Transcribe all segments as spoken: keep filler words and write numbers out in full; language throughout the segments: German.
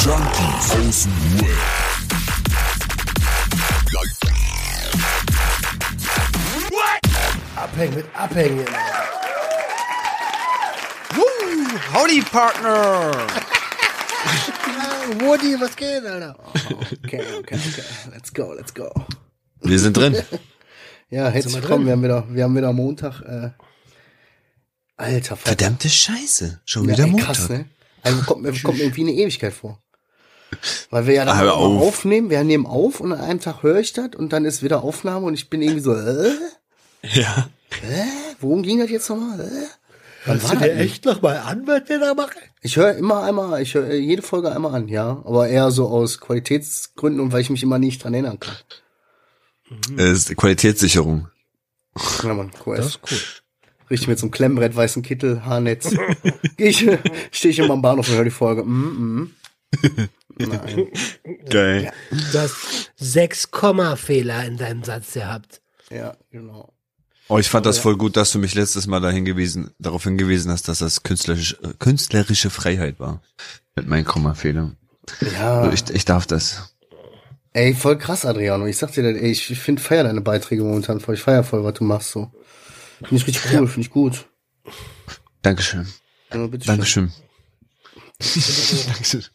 Junkies aus dem Web. Abhängen mit Abhängen. Woo, howdy, Partner. Woody, was geht, Alter? Okay, okay, okay. Let's go, let's go. Wir sind drin. Ja, herzlich willkommen. Wir haben wieder, wir haben wieder Montag. Äh, Alter, Vater. Verdammte Scheiße. Schon Ja, wieder ey, Montag. krass, ne? Also kommt mir kommt mir irgendwie eine Ewigkeit vor. Weil wir ja dann Hör auch auf. aufnehmen, wir nehmen auf und an einem Tag höre ich das und dann ist wieder Aufnahme und ich bin irgendwie so, äh? Ja. Hä? Worum ging das jetzt nochmal? Äh? Wann Hörst du war dir das? echt noch mal an, was wir da machen? Ich höre immer einmal, ich höre jede Folge einmal an, ja. Aber eher so aus Qualitätsgründen und weil ich mich immer nicht dran erinnern kann. Das ist Qualitätssicherung. Ja, Mann, cool. Das ist cool. Richtig mit so einem Klemmbrett, weißen Kittel, Haarnetz. Geh ich, stehe ich immer am Bahnhof und höre die Folge. Mm, mm. Nein. Geil. Du hast sechs Komma-Fehler in deinem Satz gehabt. Ja, genau. Oh, ich fand das ja. voll gut, dass du mich letztes Mal da hingewiesen, darauf hingewiesen hast, dass das künstlerische, äh, künstlerische Freiheit war. Mit meinen Kommafehlern. Ja. Also ich, ich darf das. Ey, voll krass, Adriano. Ich sag dir das, ey, ich finde, feier deine Beiträge momentan voll. Ich feier voll, was du machst, so. Finde ich richtig cool, finde ich gut. Dankeschön. Ja, bitteschön. Dankeschön. Dankeschön.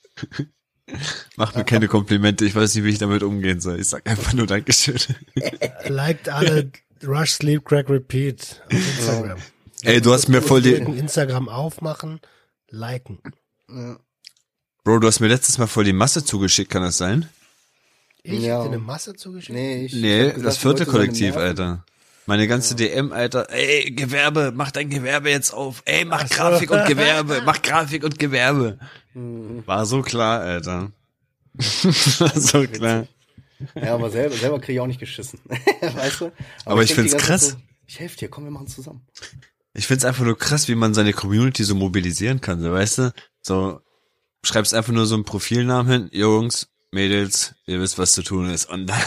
Mach mir keine Komplimente, ich weiß nicht, wie ich damit umgehen soll. Ich sag einfach nur Dankeschön. Liked alle Rush, Sleep, Crack, Repeat auf Instagram. Ey, du hast mir voll die, Instagram aufmachen, liken. Ja. Bro, du hast mir letztes Mal voll die Masse zugeschickt, kann das sein? Ich Ja. hab dir eine Masse zugeschickt? Nee, ich, Nee, ich hab gesagt, das vierte die Leute sollen Kollektiv, nerven. Alter. Meine ganze D M, Alter. Ey, Gewerbe, mach dein Gewerbe jetzt auf. Ey, mach Ach so. Grafik und Gewerbe, mach Grafik und Gewerbe. War so klar, Alter. War so klar. Ja, aber selber, selber kriege ich auch nicht geschissen. Weißt du? Aber ich denk die find's ganze krass. Zeit So, ich helfe dir, komm, wir machen zusammen. Ich find's einfach nur krass, wie man seine Community so mobilisieren kann, so, weißt du? So, schreibst einfach nur so einen Profilnamen hin. Jungs, Mädels, ihr wisst, was zu tun ist. Und dann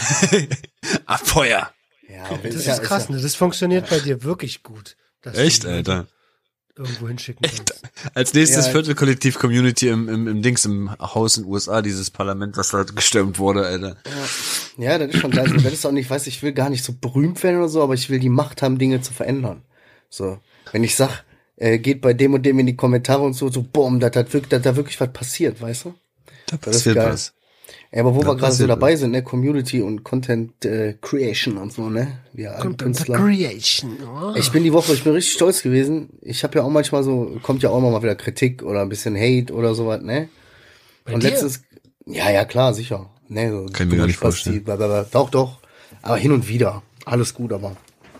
Abfeuer. Ja, aber Das ja- ist krass, ja- ne? Das funktioniert bei dir wirklich gut. dass du Echt, die Alter. Irgendwo hinschicken kannst. Als nächstes Ja. Viertelkollektiv-Community im, im, im Dings, im Haus in den U S A, dieses Parlament, was da gestürmt wurde, Alter. Ja, das ist schon geil. Das ist auch nicht, weiß ich will gar nicht so berühmt werden oder so, aber ich will die Macht haben, Dinge zu verändern. So, wenn ich sag, äh, geht bei dem und dem in die Kommentare und so, so, boom, da hat wirklich, dass da wirklich was passiert, weißt du? Da ist passiert geil. was. Ja, aber wo Da wir gerade so passiert dabei sind, ne, Community und Content äh, Creation und so, ne? Wir alten Künstler. Creation. Oh. Ich bin die Woche, ich bin richtig stolz gewesen. Ich habe ja auch manchmal so, kommt ja auch immer mal wieder Kritik oder ein bisschen Hate oder sowas, ne? Bei und dir? letztens, ja, ja, klar, sicher. Ne, so Kann ich mir gar nicht Spasti, vorstellen. blablabla. Doch, doch. Aber hin und wieder. Alles gut, aber.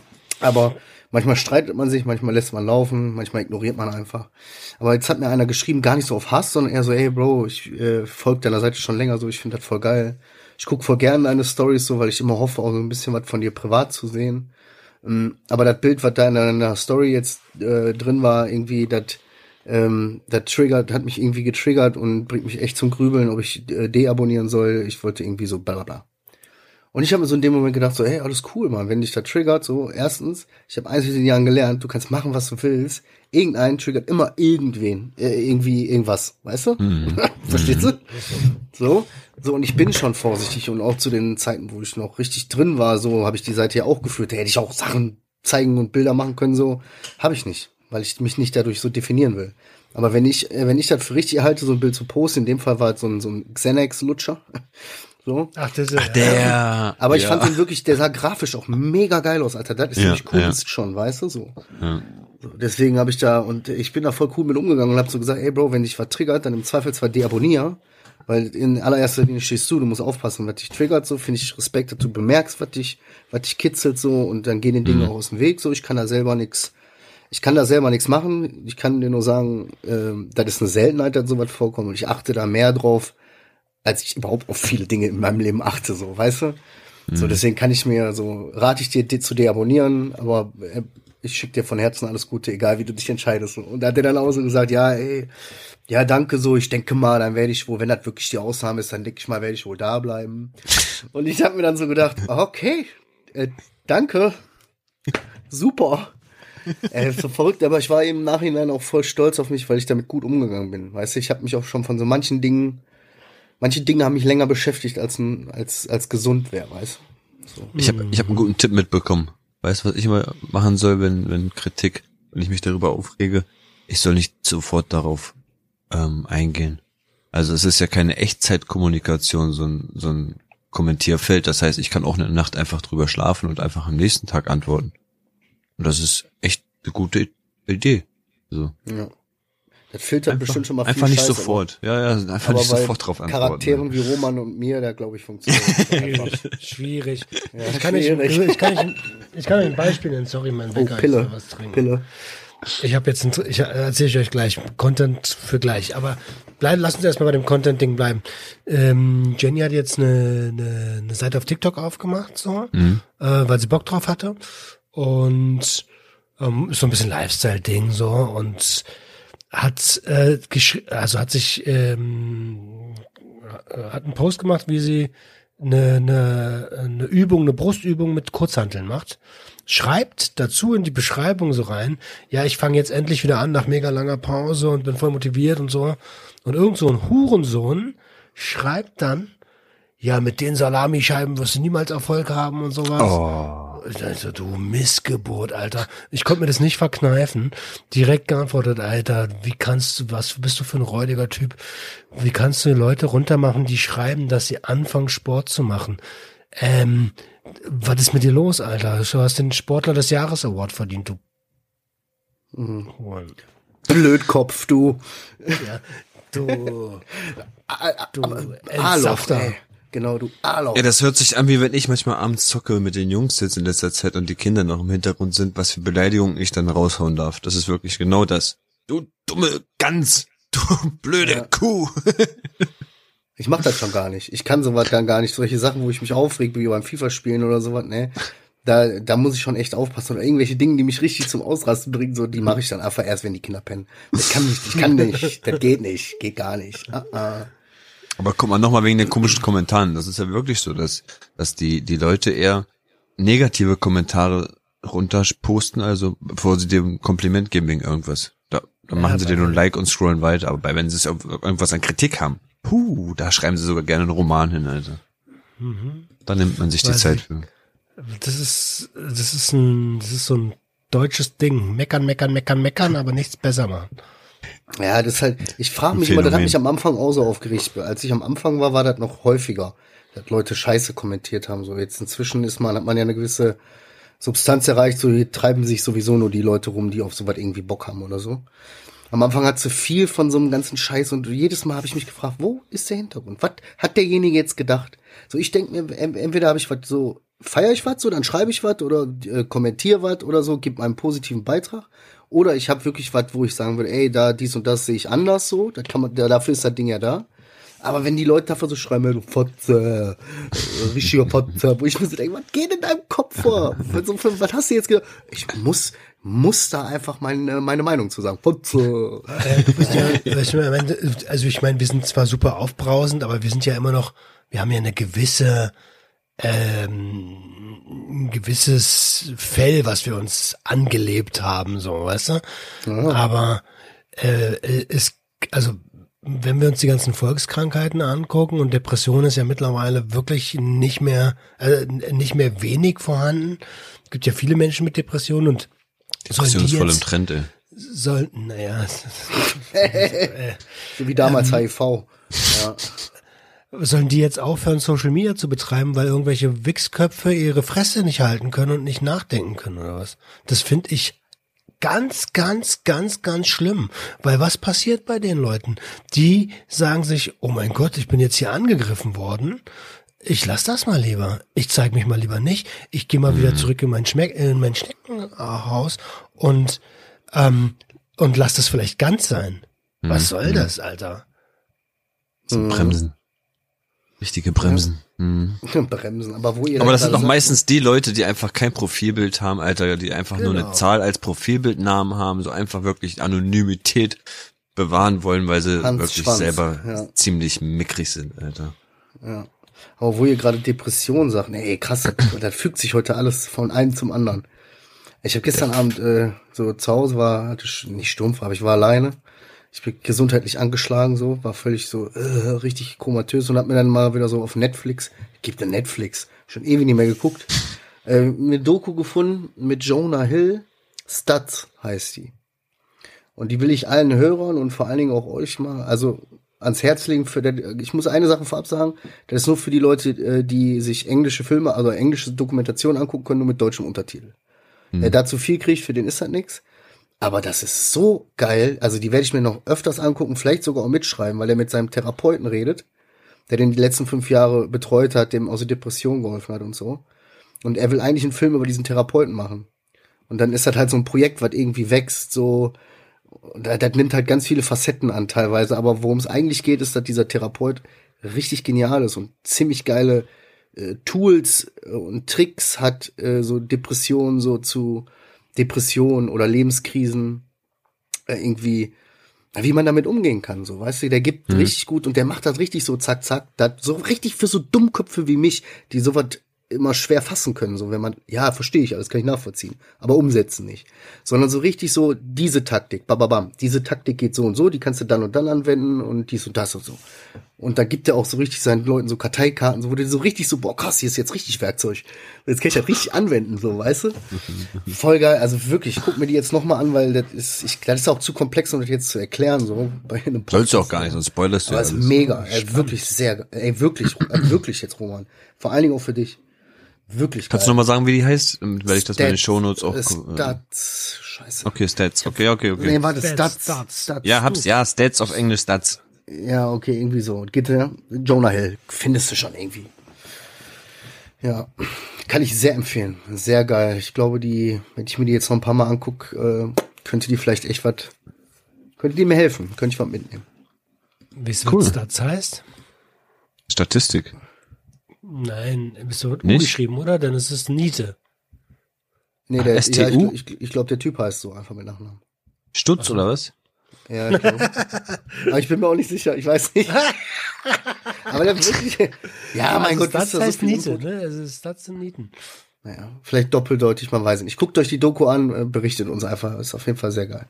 Aber manchmal streitet man sich, manchmal lässt man laufen, manchmal ignoriert man einfach. Aber jetzt hat mir einer geschrieben, gar nicht so auf Hass, sondern eher so, hey Bro, ich äh, folge deiner Seite schon länger so, ich finde das voll geil. Ich guck voll gerne deine Stories so, weil ich immer hoffe, auch so ein bisschen was von dir privat zu sehen. Ähm, aber das Bild, was da in deiner Story jetzt äh, drin war, irgendwie, das ähm, das triggert, hat mich irgendwie getriggert und bringt mich echt zum Grübeln, ob ich äh, deabonnieren soll. Ich wollte irgendwie so bla bla bla. Und ich habe mir so in dem Moment gedacht, so, hey, alles cool, Mann, wenn dich das triggert, so, erstens, ich habe eins mit den Jahren gelernt, du kannst machen, was du willst, irgendein triggert immer irgendwen, äh, irgendwie irgendwas, weißt du? Verstehst du? So, so, und ich bin schon vorsichtig und auch zu den Zeiten, wo ich noch richtig drin war, so, habe ich die Seite ja auch geführt, da hätte ich auch Sachen zeigen und Bilder machen können, so, habe ich nicht, weil ich mich nicht dadurch so definieren will. Aber wenn ich, äh, wenn ich das für richtig halte, so ein Bild zu posten, in dem Fall war es so ein, so ein Xanax-Lutscher, so, Ach, das ist Der. aber ich ja. fand den wirklich, der sah grafisch auch mega geil aus, Alter. Das ist Ja, ziemlich Kunst ja. schon, weißt du, so. Ja. So, deswegen habe ich da, und ich bin da voll cool mit umgegangen und habe so gesagt, ey Bro, wenn dich was triggert, dann im Zweifelsfall deabonnier, weil in allererster Linie stehst du, du musst aufpassen, was dich triggert, so, finde ich Respekt, dass du bemerkst, was dich, was dich kitzelt, so, und dann gehen den Dingen Mhm. auch aus dem Weg, so, ich kann da selber nix, ich kann da selber nichts machen, ich kann dir nur sagen, ähm, das ist eine Seltenheit, dass sowas vorkommt und ich achte da mehr drauf, als ich überhaupt auf viele Dinge in meinem Leben achte, so, weißt du? So, deswegen kann ich mir so, rate ich dir, die zu deabonnieren, aber äh, ich schicke dir von Herzen alles Gute, egal wie du dich entscheidest. So. Und da hat er dann auch so gesagt, ja, ey, ja, danke so, ich denke mal, dann werde ich wohl, wenn das wirklich die Ausnahme ist, dann denke ich mal, werde ich wohl da bleiben. Und ich habe mir dann so gedacht, okay, äh, danke, super. Äh, so verrückt, aber ich war im Nachhinein auch voll stolz auf mich, weil ich damit gut umgegangen bin. Weißt du, ich habe mich auch schon von so manchen Dingen manche Dinge haben mich länger beschäftigt als ein, als als gesund wäre, weißt du? So. Ich habe ich hab einen guten Tipp mitbekommen. Weißt du, was ich immer machen soll, wenn wenn Kritik, wenn ich mich darüber aufrege? Ich soll nicht sofort darauf ähm, eingehen. Also es ist ja keine Echtzeitkommunikation, so ein so ein Kommentierfeld. Das heißt, ich kann auch eine Nacht einfach drüber schlafen und einfach am nächsten Tag antworten. Und das ist echt eine gute Idee. So. Ja. Das filtert Einfach, bestimmt schon mal viel einfach nicht Scheiße, sofort. Ja, ja, einfach aber nicht bei sofort drauf antworten. Charakteren wie Roman und mir, da glaube ich funktioniert das einfach. Schwierig. Ja, ich, kann nicht, schwierig. ich, kann nicht, ich kann euch ein Beispiel nennen. Sorry, mein Oh, Wecker, ich Pille. soll was trinken. Pille. Ich habe jetzt, ein, ich erzähle ich euch gleich, Content für gleich, aber bleib, lassen Sie erstmal bei dem Content-Ding bleiben. Ähm, Jenny hat jetzt eine, eine, eine Seite auf TikTok aufgemacht, so, Mhm. äh, weil sie Bock drauf hatte und ähm, ist so ein bisschen Lifestyle-Ding, so, und hat äh, geschri- also hat sich ähm, hat einen Post gemacht, wie sie eine, eine, eine Übung, eine Brustübung mit Kurzhanteln macht. Schreibt dazu in die Beschreibung so rein, ja, ich fange jetzt endlich wieder an nach mega langer Pause und bin voll motiviert und so. Und irgend so ein Hurensohn schreibt dann, ja, mit den Salamischeiben wirst du niemals Erfolg haben und sowas. Oh. Also, du Missgeburt, Alter. Ich konnte mir das nicht verkneifen. Direkt geantwortet, Alter, wie kannst du, was bist du für ein räudiger Typ? Wie kannst du Leute runtermachen, die schreiben, dass sie anfangen, Sport zu machen? Ähm, was ist mit dir los, Alter? Du hast den Sportler des Jahres Award verdient, du. Mhm. Huren. Blödkopf, du. Ja, du, du Aloch, Entsafter. ey. Genau, du Aloch. Ja, das hört sich an, wie wenn ich manchmal abends zocke mit den Jungs jetzt in letzter Zeit und die Kinder noch im Hintergrund sind, was für Beleidigungen ich dann raushauen darf. Das ist wirklich genau das. Du dumme Gans, du blöde Ja. Kuh. Ich mach das schon gar nicht. Ich kann sowas dann gar nicht. Solche Sachen, wo ich mich aufreg, wie beim FIFA-Spielen oder sowas, ne? Da, da muss ich schon echt aufpassen. Oder irgendwelche Dinge, die mich richtig zum Ausrasten bringen, so, die mache ich dann einfach erst, wenn die Kinder pennen. Das kann nicht, ich kann nicht. Das geht nicht. Geht gar nicht. Ah, ah. Aber guck mal, nochmal wegen den komischen Kommentaren. Das ist ja wirklich so, dass, dass die, die Leute eher negative Kommentare runterposten, also bevor sie dir ein Kompliment geben wegen irgendwas. Da, da Ja, machen sie dir nur ein bei- Like und scrollen weiter. Aber bei, wenn sie es auf irgendwas an Kritik haben, puh, da schreiben sie sogar gerne einen Roman hin, Alter. Da nimmt man sich die Weiß Zeit ich. für. Das ist, das ist ein, das ist so ein deutsches Ding. Meckern, meckern, meckern, meckern, aber nichts besser machen. Ja, das ist halt, ich frage Ein mich immer, das hat Phänomen. mich am Anfang auch so aufgeregt. Als ich am Anfang war, war das noch häufiger, dass Leute Scheiße kommentiert haben. So jetzt inzwischen ist man, hat man ja eine gewisse Substanz erreicht, so hier treiben sich sowieso nur die Leute rum, die auf sowas irgendwie Bock haben oder so. Am Anfang hat sie viel von so einem ganzen Scheiß und jedes Mal habe ich mich gefragt, wo ist der Hintergrund? Was hat derjenige jetzt gedacht? So, ich denke mir, en- entweder habe ich was so, feiere ich was, so, dann schreibe ich was oder äh, kommentiere was oder so, gebe einen positiven Beitrag. Oder ich habe wirklich was, wo ich sagen würde, ey, da dies und das sehe ich anders so, da kann man, da, dafür ist das Ding ja da. Aber wenn die Leute dafür so schreiben, ey, du Fotze, äh, richtiger Fotze, wo ich mir so denke, was geht in deinem Kopf vor? Was, so, was hast du jetzt gedacht? Ich muss, muss da einfach meine, meine Meinung zu sagen. Fotze. Äh, du bist ja, ich meine, also ich meine, wir sind zwar super aufbrausend, aber wir sind ja immer noch, wir haben ja eine gewisse, ähm, ein gewisses Fell, was wir uns angelebt haben, so, weißt du? Ja. Aber äh, es, also wenn wir uns die ganzen Volkskrankheiten angucken und Depression ist ja mittlerweile wirklich nicht mehr, äh, nicht mehr wenig vorhanden. Es gibt ja viele Menschen mit Depressionen und sollen Depression die ist voll im jetzt, Trend, ey. sollten, naja, So wie damals H I V. Ja. sollen die jetzt aufhören, Social Media zu betreiben, weil irgendwelche Wichsköpfe ihre Fresse nicht halten können und nicht nachdenken können oder was? Das finde ich ganz, ganz, ganz, ganz schlimm. Weil was passiert bei den Leuten? Die sagen sich, oh mein Gott, ich bin jetzt hier angegriffen worden. Ich lass das mal lieber. Ich zeige mich mal lieber nicht. Ich gehe mal wieder zurück in mein, Schmeck, in mein Schneckenhaus und, ähm, und lass das vielleicht ganz sein. Was soll das, Alter? Zum Bremsen. Richtige Bremsen. Mhm. Bremsen. Aber wo ihr Aber das sind gerade doch sagt- meistens die Leute, die einfach kein Profilbild haben, Alter, die einfach nur Genau. eine Zahl als Profilbildnamen haben, so einfach wirklich Anonymität bewahren wollen, weil sie Hans wirklich Schwanz, selber ja. ziemlich mickrig sind, Alter. Ja. Aber wo ihr gerade Depression sagt, ey, krass, das, das fügt sich heute alles von einem zum anderen. Ich habe gestern Abend äh, so zu Hause war, hatte ich nicht Stumpf, aber ich war alleine. Ich bin gesundheitlich angeschlagen, so, war völlig so äh, richtig komatös und hab mir dann mal wieder so auf Netflix, gibt ja Netflix, schon ewig nicht mehr geguckt, äh, eine Doku gefunden mit Jonah Hill, Studs heißt die. Und die will ich allen Hörern und vor allen Dingen auch euch mal, also ans Herz legen. Für der, ich muss eine Sache vorab sagen, das ist nur für die Leute, die sich englische Filme, also englische Dokumentationen angucken können, nur mit deutschem Untertitel. Mhm. Wer dazu viel kriegt, für den ist das nix. Aber das ist so geil, also die werde ich mir noch öfters angucken, vielleicht sogar auch mitschreiben, weil er mit seinem Therapeuten redet, der den die letzten fünf Jahre betreut hat, dem aus der Depression geholfen hat und so. Und er will eigentlich einen Film über diesen Therapeuten machen. Und dann ist das halt so ein Projekt, was irgendwie wächst, so. Das, das nimmt halt ganz viele Facetten an teilweise, aber worum es eigentlich geht, ist, dass dieser Therapeut richtig genial ist und ziemlich geile äh, Tools und Tricks hat, äh, so Depressionen, so zu Depressionen oder Lebenskrisen äh, irgendwie, wie man damit umgehen kann, so, weißt du, der gibt mhm. richtig gut und der macht das richtig so zack, zack, das so richtig für so Dummköpfe wie mich, die sowas immer schwer fassen können, so wenn man, ja, verstehe ich, alles kann ich nachvollziehen, aber umsetzen nicht. Sondern so richtig so, diese Taktik, bababam, diese Taktik geht so und so, die kannst du dann und dann anwenden und dies und das und so. Und da gibt er auch so richtig seinen Leuten so Karteikarten, so, wo die so richtig so, boah, krass, hier ist jetzt richtig Werkzeug. Jetzt kann ich das richtig anwenden, so, weißt du? Voll geil, also wirklich, ich guck mir die jetzt nochmal an, weil das ist, ich, das ist auch zu komplex, um das jetzt zu erklären, so, bei einem Podcast. Sollst du auch gar nicht, sonst spoilerst du ja alles. Aber ist mega, ey, wirklich sehr, ey, wirklich, äh, wirklich jetzt, Roman. Vor allen Dingen auch für dich. Wirklich Kannst geil. du nochmal sagen, wie die heißt? Werde ich das bei den Shownotes auch... Stats, scheiße. Okay, Stats, okay, okay, okay. Nee, warte, Stats, Stats, Stats. Stats. Ja, hab's, ja, Stats auf Englisch, Stats. Ja, okay, irgendwie so. Geht ja. Jonah Hill, findest du schon irgendwie. Ja, kann ich sehr empfehlen. Sehr geil. Ich glaube, die, wenn ich mir die jetzt noch ein paar Mal angucke, äh, könnte die vielleicht echt was, könnte die mir helfen. Könnte ich was mitnehmen. Weißt du, Cool. was Stats heißt? Statistik. Nein, bist du Nicht? umgeschrieben, oder? Dann ist es Niete. Nee, der, S T ja, U? ich, ich, ich glaube, der Typ heißt so einfach mit Nachnamen. Stutz oder was? Ja, ich glaube. Aber ich bin mir auch nicht sicher, ich weiß nicht. Aber der wirklich, ja, mein also Gott, Stats das ist heißt so viel Niete, Input. ne? Also Stats sind Nieten. Naja, vielleicht doppeldeutig, man weiß nicht. Guckt euch die Doku an, äh, berichtet uns einfach. Ist auf jeden Fall sehr geil.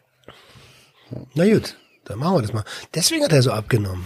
Na gut, dann machen wir das mal. Deswegen hat er so abgenommen.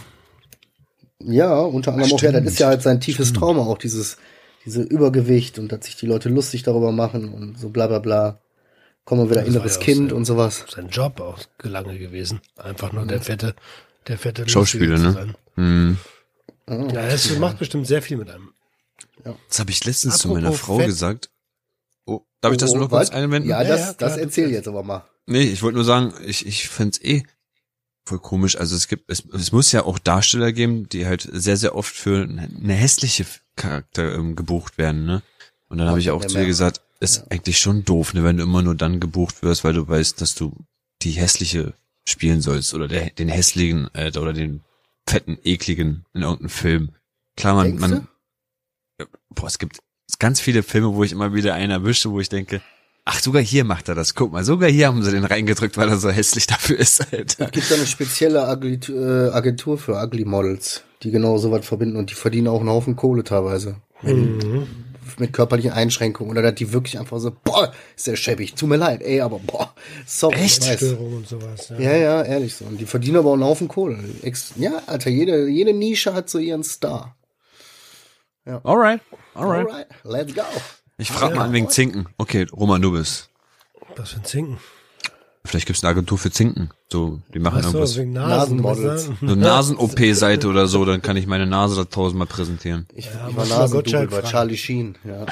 Ja, unter anderem auch, ja, das ist ja halt sein tiefes Stimmt. Trauma, auch dieses, diese Übergewicht und dass sich die Leute lustig darüber machen und so bla bla bla. Kommen wir wieder Das inneres war ja auch Kind sein- und sowas. Sein Job auch lange gewesen. Einfach nur der fette, der fette Schauspieler, Lustige zu ne? sein. Hm. Ja, das macht bestimmt sehr viel mit einem. Das habe ich letztens zu Apropos meiner Frau Fett. gesagt. Oh, darf ich das Oh, nur kurz was? einwenden? Ja, Ja, das, ja, klar, das du erzähl kannst. jetzt aber mal. Nee, ich wollte nur sagen, ich, ich find's eh voll komisch. Also es gibt, es, es muss ja auch Darsteller geben, die halt sehr, sehr oft für eine hässliche Charakter ähm, gebucht werden, ne? Und dann habe ich auch Ja, zu ihr mehr. gesagt, ist Ja. eigentlich schon doof, ne, wenn du immer nur dann gebucht wirst, weil du weißt, dass du die hässliche spielen sollst oder der, den hässlichen äh, oder den fetten, ekligen in irgendeinem Film. Klar, man, Denkst man, boah, es gibt ganz viele Filme, wo ich immer wieder einen erwische, wo ich denke, ach, sogar hier macht er das. Guck mal, sogar hier haben sie den reingedrückt, weil er so hässlich dafür ist, Alter. Es gibt da eine spezielle Agentur, äh, Agentur für Ugly Models, die genau sowas verbinden und die verdienen auch einen Haufen Kohle teilweise. Mhm. Mit körperlichen Einschränkungen oder dass die wirklich einfach so, boah, ist der schäbig, tut mir leid, ey, aber boah, sorry, Echt? ich weiß. Störung und sowas. Ja. Ja, ja, ehrlich so. Und die verdienen aber auch einen Haufen Kohle. Ex ja, Alter, jede, jede Nische hat so ihren Star. Alright, alright. Alright, let's go. Ich frage Ja. mal an wegen Zinken. Okay, Roman, du bist. Was für ein Zinken. Vielleicht gibt's eine Agentur für Zinken. So, die machen Ach so, irgendwas. wegen Nasen. Nasenmodels. was So da- Nasen-O P-Seite oder so, dann kann ich meine Nase da tausendmal präsentieren. Ich, Ja, ich muss war mal Nasendubel Gottschalk bei fragen. Charlie Sheen, ja.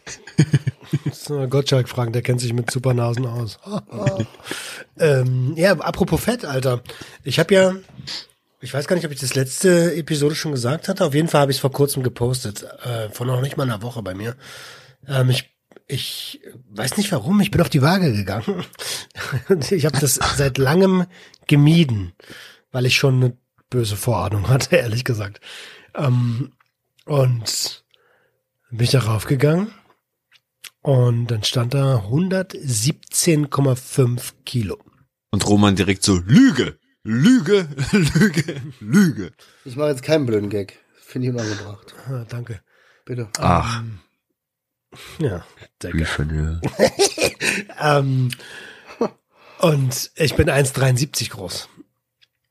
Musst du mal Gottschalk fragen, der kennt sich mit Supernasen aus. ähm, ja, apropos Fett, Alter. Ich habe ja, ich weiß gar nicht, ob ich das letzte Episode schon gesagt hatte. Auf jeden Fall habe ich es vor kurzem gepostet. Äh, vor noch nicht mal einer Woche bei mir. Ähm, ich, ich weiß nicht warum, ich bin auf die Waage gegangen. Und ich habe das seit langem gemieden, weil ich schon eine böse Vorahnung hatte, ehrlich gesagt. Ähm, und bin ich darauf gegangen. Und dann stand da hundertsiebzehn Komma fünf Kilo. Und Roman direkt so, Lüge, Lüge, Lüge, Lüge. Ich mache jetzt keinen blöden Gag. Finde ich unangebracht. Ah, danke. Bitte. Ach, Ja, danke. wie von dir. Ähm, und ich bin eins Komma dreiundsiebzig groß.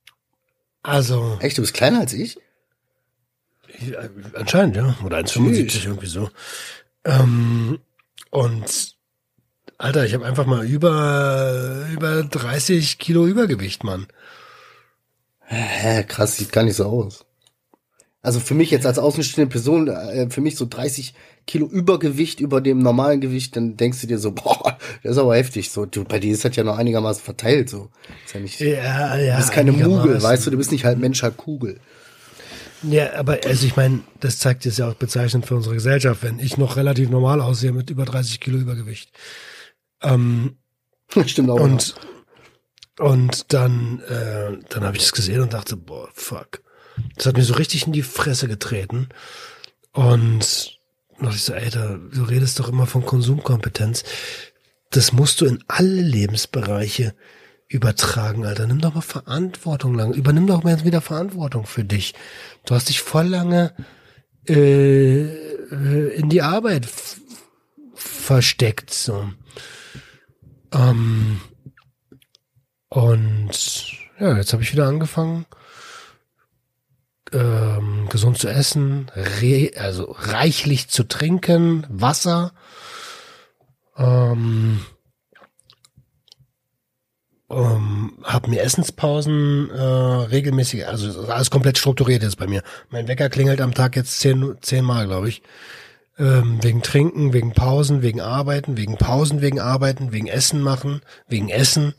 Also, Echt, du bist kleiner als ich? ich, äh, anscheinend, ja. Oder eins Komma fünfundsiebzig irgendwie so. Ähm, und Alter, ich habe einfach mal über über dreißig Kilo Übergewicht, Mann. Hä, krass, sieht gar nicht so aus. Also für mich jetzt als außenstehende Person, äh, für mich so dreißig Kilo Übergewicht über dem normalen Gewicht, dann denkst du dir so, boah, das ist aber heftig. So, du, bei dir ist das ja noch einigermaßen verteilt. So, ist ja nicht, Ja, ja. du bist keine Mugel, einigermaßen. weißt du, du bist nicht halt Mensch, halt Kugel. Ja, aber also ich meine, das zeigt jetzt ja auch bezeichnend für unsere Gesellschaft, wenn ich noch relativ normal aussehe mit über dreißig Kilo Übergewicht. Ähm, Stimmt auch. und und dann äh, dann habe ich das gesehen und dachte, boah, fuck. Das hat mir so richtig in die Fresse getreten. Und dachte ich so, ey, da, du redest doch immer von Konsumkompetenz. Das musst du in alle Lebensbereiche übertragen, Alter. Nimm doch mal Verantwortung lang. Übernimm doch mal jetzt wieder Verantwortung für dich. Du hast dich voll lange äh, äh, in die Arbeit f- versteckt, so. Ähm, und ja, jetzt habe ich wieder angefangen, ähm, gesund zu essen, re- also reichlich zu trinken, Wasser, ähm, ähm, habe mir Essenspausen äh, regelmäßig, also alles komplett strukturiert ist bei mir. Mein Wecker klingelt am Tag jetzt zehn, zehn Mal, glaube ich. Ähm, wegen Trinken, wegen Pausen, wegen Arbeiten, wegen Pausen, wegen Arbeiten, wegen Essen machen, wegen Essen.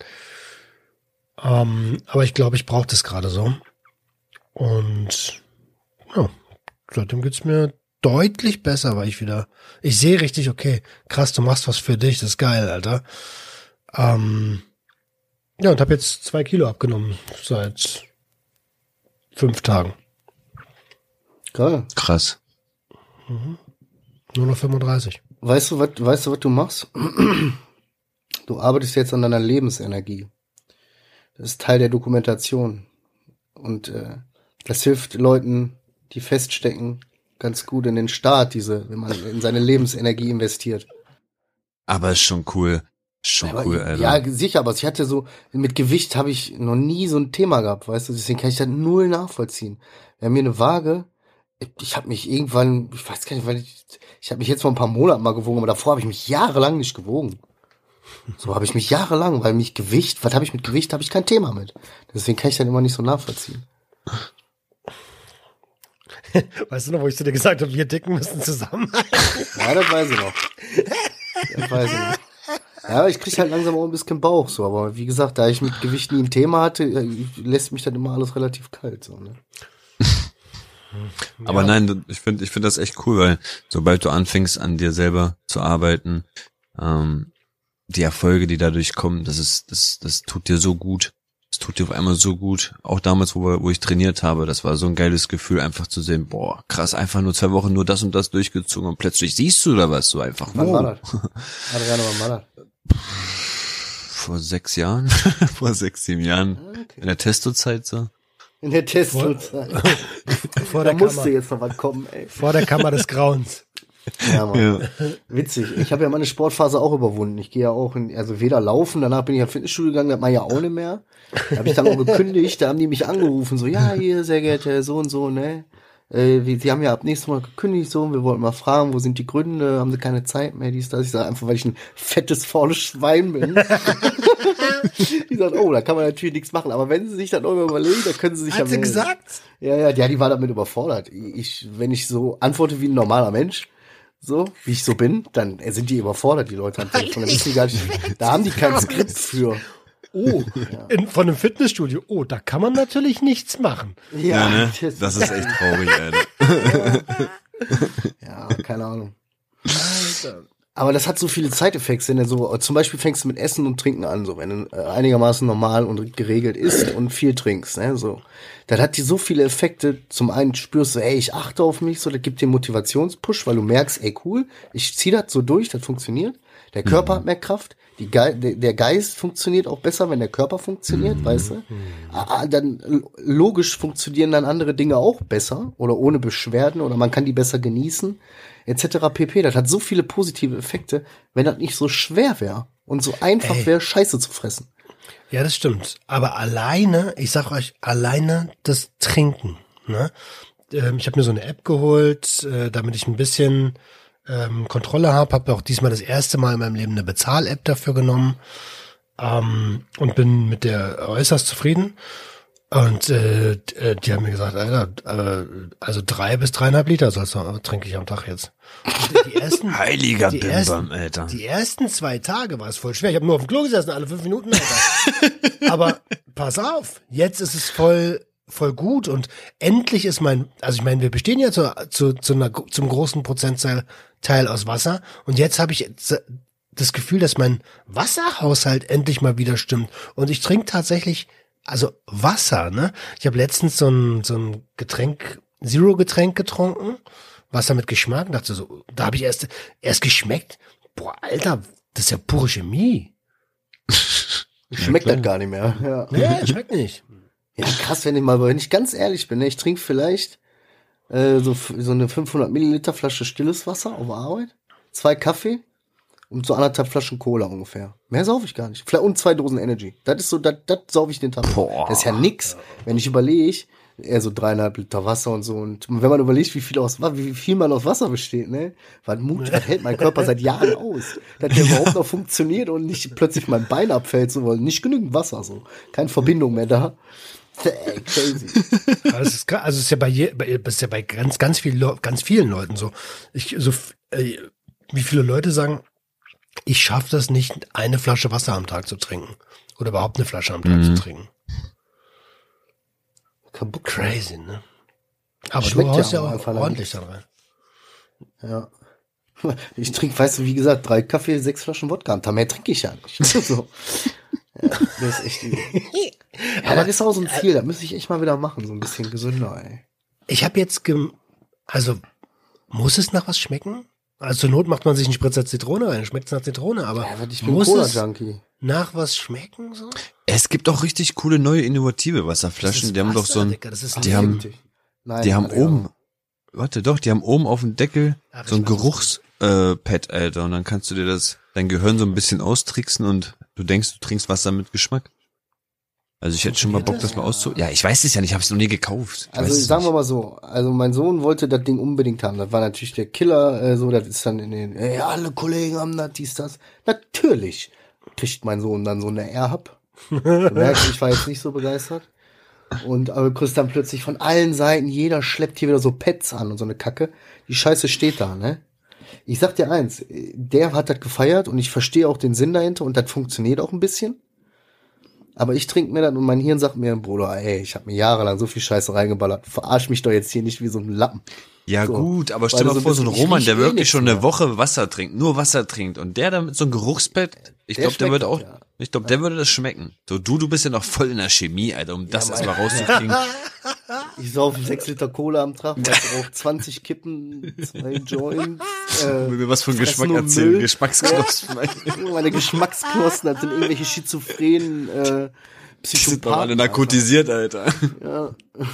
Ähm, aber ich glaube, ich brauche das gerade so. Und ja, seitdem geht's mir deutlich besser, weil ich wieder, ich sehe richtig, okay, krass, du machst was für dich, das ist geil, Alter. Ähm, ja, und habe jetzt zwei Kilo abgenommen seit fünf Tagen. Geil. Krass. Nur noch fünfunddreißig. Weißt du, was, weißt du, was du machst? Du arbeitest jetzt an deiner Lebensenergie. Das ist Teil der Dokumentation. Und äh, das hilft Leuten, die feststecken, ganz gut in den Start, diese, wenn man in seine Lebensenergie investiert. Aber ist schon cool. Ist schon Aber, cool, Alter. ja, sicher, aber ich hatte so, mit Gewicht habe ich noch nie so ein Thema gehabt, weißt du, deswegen kann ich das null nachvollziehen. Wir haben hier eine Waage, ich, ich habe mich irgendwann, ich weiß gar nicht, weil ich, ich habe mich jetzt vor ein paar Monaten mal gewogen, aber davor habe ich mich jahrelang nicht gewogen. So habe ich mich jahrelang, weil mich Gewicht, was habe ich mit Gewicht, habe ich kein Thema mit. Deswegen kann ich das immer nicht so nachvollziehen. Weißt du noch, wo ich zu dir gesagt habe, wir Dicken müssen zusammenhalten? Ja, das weiß ich noch. Das weiß ich noch. Ja, ich krieg halt langsam auch ein bisschen Bauch, so, aber wie gesagt, da ich mit Gewicht nie ein Thema hatte, lässt mich dann immer alles relativ kalt, so, ne? Aber Ja. nein, ich finde ich finde das echt cool, weil sobald du anfängst, an dir selber zu arbeiten, ähm, die Erfolge, die dadurch kommen, das ist, das, das tut dir so gut. Es tut dir auf einmal so gut. Auch damals, wo, wir, wo ich trainiert habe, das war so ein geiles Gefühl, einfach zu sehen, boah, krass, einfach nur zwei Wochen nur das und das durchgezogen und plötzlich siehst du da was, so einfach. Wann wow. war das? Adriano, wann war das? Vor sechs Jahren, vor sechs, sieben Jahren, Okay. in der Testozeit so. In der Testzeit. Vor Da der musste Kammer. jetzt noch was kommen, ey. Vor der Kammer des Grauens. Ja, Mann. Ja. Witzig. Ich habe ja meine Sportphase auch überwunden. Ich gehe ja auch in, also weder laufen, danach bin ich ins Fitnessstudio gegangen, das mache ich ja auch nicht mehr. Da habe ich dann auch gekündigt, da haben die mich angerufen, so, ja, hier, sehr geehrter so und so, ne? Äh, wie, sie haben ja ab nächstem Mal gekündigt, so, wir wollten mal fragen, wo sind die Gründe, haben sie keine Zeit mehr, dies, das. Ich sage einfach, weil ich ein fettes, faules Schwein bin. Die sagen, oh, da kann man natürlich nichts machen, aber wenn sie sich dann irgendwann überlegen, dann können sie sich ja Hat sie melden. gesagt? Ja, ja, ja, die war damit überfordert. Ich, wenn ich so antworte wie ein normaler Mensch, so, wie ich so bin, dann sind die überfordert, die Leute am Telefon. Da wissen die gar nicht, da haben die kein Skript für. Oh, in, von einem Fitnessstudio. Oh, da kann man natürlich nichts machen. Ja, ne? Das ist echt traurig, Alter. Ja, keine Ahnung. Aber das hat so viele Side-Effects, wenn du so, zum Beispiel fängst du mit Essen und Trinken an, so, wenn du äh, einigermaßen normal und geregelt isst und viel trinkst, ne, so. Das hat dir so viele Effekte. Zum einen spürst du, ey, ich achte auf mich, so, das gibt dir Motivationspush, weil du merkst, ey, cool, ich zieh das so durch, das funktioniert. Der Körper mhm. hat mehr Kraft, die Ge der, der Geist funktioniert auch besser, wenn der Körper funktioniert, mhm. weißt du? Ah, dann logisch funktionieren dann andere Dinge auch besser oder ohne Beschwerden oder man kann die besser genießen, et cetera pp. Das hat so viele positive Effekte, wenn das nicht so schwer wäre und so einfach wäre, Scheiße zu fressen. Ja, das stimmt. Aber alleine, ich sag euch, alleine das Trinken, ne? Ähm, ich habe mir so eine App geholt, äh, damit ich ein bisschen ähm, Kontrolle habe. Habe auch diesmal das erste Mal in meinem Leben eine Bezahl-App dafür genommen ähm, und bin mit der äußerst zufrieden. Und äh, die haben mir gesagt, Alter, äh, also drei bis dreieinhalb Liter sollst du, trinke ich am Tag jetzt. Die ersten, Heiliger die Bimbam, ersten, Alter. Die ersten zwei Tage war es voll schwer. Ich habe nur auf dem Klo gesessen, alle fünf Minuten, Alter. Aber pass auf, jetzt ist es voll voll gut und endlich ist mein, also ich meine, wir bestehen ja zu, zu, zu einer, zum großen Prozentteil Teil aus Wasser und jetzt habe ich das Gefühl, dass mein Wasserhaushalt endlich mal wieder stimmt und ich trinke tatsächlich also Wasser, ne? Ich habe letztens so ein so ein Getränk, Zero-Getränk getrunken, Wasser mit Geschmack, und dachte so, da habe ich erst erst geschmeckt, boah, Alter, das ist ja pure Chemie. Schmeckt das gar nicht mehr. Ja. Nee, schmeckt nicht. Ja, krass, wenn ich mal, wenn ich ganz ehrlich bin, ne? Ich trinke vielleicht äh, so so eine fünfhundert Milliliter Flasche stilles Wasser auf Arbeit, zwei Kaffee und so anderthalb Flaschen Cola ungefähr. Mehr sauf ich gar nicht. Vielleicht und zwei Dosen Energy. Das ist so, das, das sauf ich den Tag. Boah. Das ist ja nix. Wenn ich überlege, eher so dreieinhalb Liter Wasser und so. Und wenn man überlegt, wie viel aus, wie viel man aus Wasser besteht, ne? Was Mut, was hält mein Körper seit Jahren aus? Dass der überhaupt noch funktioniert und nicht plötzlich mein Bein abfällt, so, weil nicht genügend Wasser, so. Keine Verbindung mehr da. Ey, crazy. Also es ist, krass, also es ist ja bei, je, bei, es ist ja bei ganz, ganz vielen, ganz vielen Leuten so. Ich, so, äh, wie viele Leute sagen, ich schaffe das nicht, eine Flasche Wasser am Tag zu trinken. Oder überhaupt eine Flasche am Tag Mhm. zu trinken. Kaputt. Crazy, ne? Aber Schmeckt du haust ja ja auch auch einfach ordentlich da rein. Ja. Ich trinke, weißt du, wie gesagt, drei Kaffee, sechs Flaschen Wodka am Tag. Mehr trinke ich ja nicht. So. Ja, das ist echt übel. Aber das ist auch so ein Ziel, da müsste ich echt mal wieder machen, so ein bisschen gesünder, ey. Ich habe jetzt, gem also muss es nach was schmecken? Also zur Not macht man sich einen Spritzer Zitrone rein, schmeckt es nach Zitrone, aber Ja, ich bin muss es Cola-Junkie. nach was schmecken so? Es gibt auch richtig coole neue innovative Wasserflaschen. Das ist Die haben doch Wasser, so ein, Digga, das ist die haben, Richtig. Nein, die haben Adriano. oben, warte doch, die haben oben auf dem Deckel Ach, ich so ein weiß, was Geruchs, äh, Pad, Alter. Und dann kannst du dir das, dein Gehirn so ein bisschen austricksen und du denkst, du trinkst Wasser mit Geschmack. Also ich hätte schon mal Bock, das mal auszu... Ja, ich weiß es ja nicht, ich habe es noch nie gekauft. Ich Also weiß es sagen wir nicht. mal so, also mein Sohn wollte das Ding unbedingt haben. Das war natürlich der Killer, äh, so, das ist dann in den, ey, alle Kollegen haben das, dies, das. Natürlich kriegt mein Sohn dann so eine Air-Hub. Du merkst, ich war jetzt nicht so begeistert. Und aber du kriegst dann plötzlich von allen Seiten, jeder schleppt hier wieder so Pads an und so eine Kacke. Die Scheiße steht da, ne? Ich sag dir eins, der hat das gefeiert und ich verstehe auch den Sinn dahinter und das funktioniert auch ein bisschen. Aber ich trinke mir dann und mein Hirn sagt mir, Bruder, ey, ich habe mir jahrelang so viel Scheiße reingeballert. Verarsch mich doch jetzt hier nicht wie so ein Lappen. Ja So. gut, aber Weil stell du dir so mal vor, so ein ein bisschen- ich Roman, riech der eh wirklich nichts schon eine mehr. Woche Wasser trinkt, nur Wasser trinkt und der dann mit so einem Geruchspad, ich Der glaube, der schmeckt würde das, auch, ja. ich glaube, der würde das schmecken. So, du, du bist ja noch voll in der Chemie, Alter, um das Mann. erstmal rauszukriegen. Ich sauf sechs Liter Cola am Tag, ich rauch zwanzig Kippen, zwei Joints. Will Äh, mir was von fress Geschmack nur erzählen, Müll. Geschmacksknospen. meine Geschmacksknospen, das sind irgendwelche schizophrenen äh, Die sind doch Psychopathen. alle narkotisiert, Alter. Ja.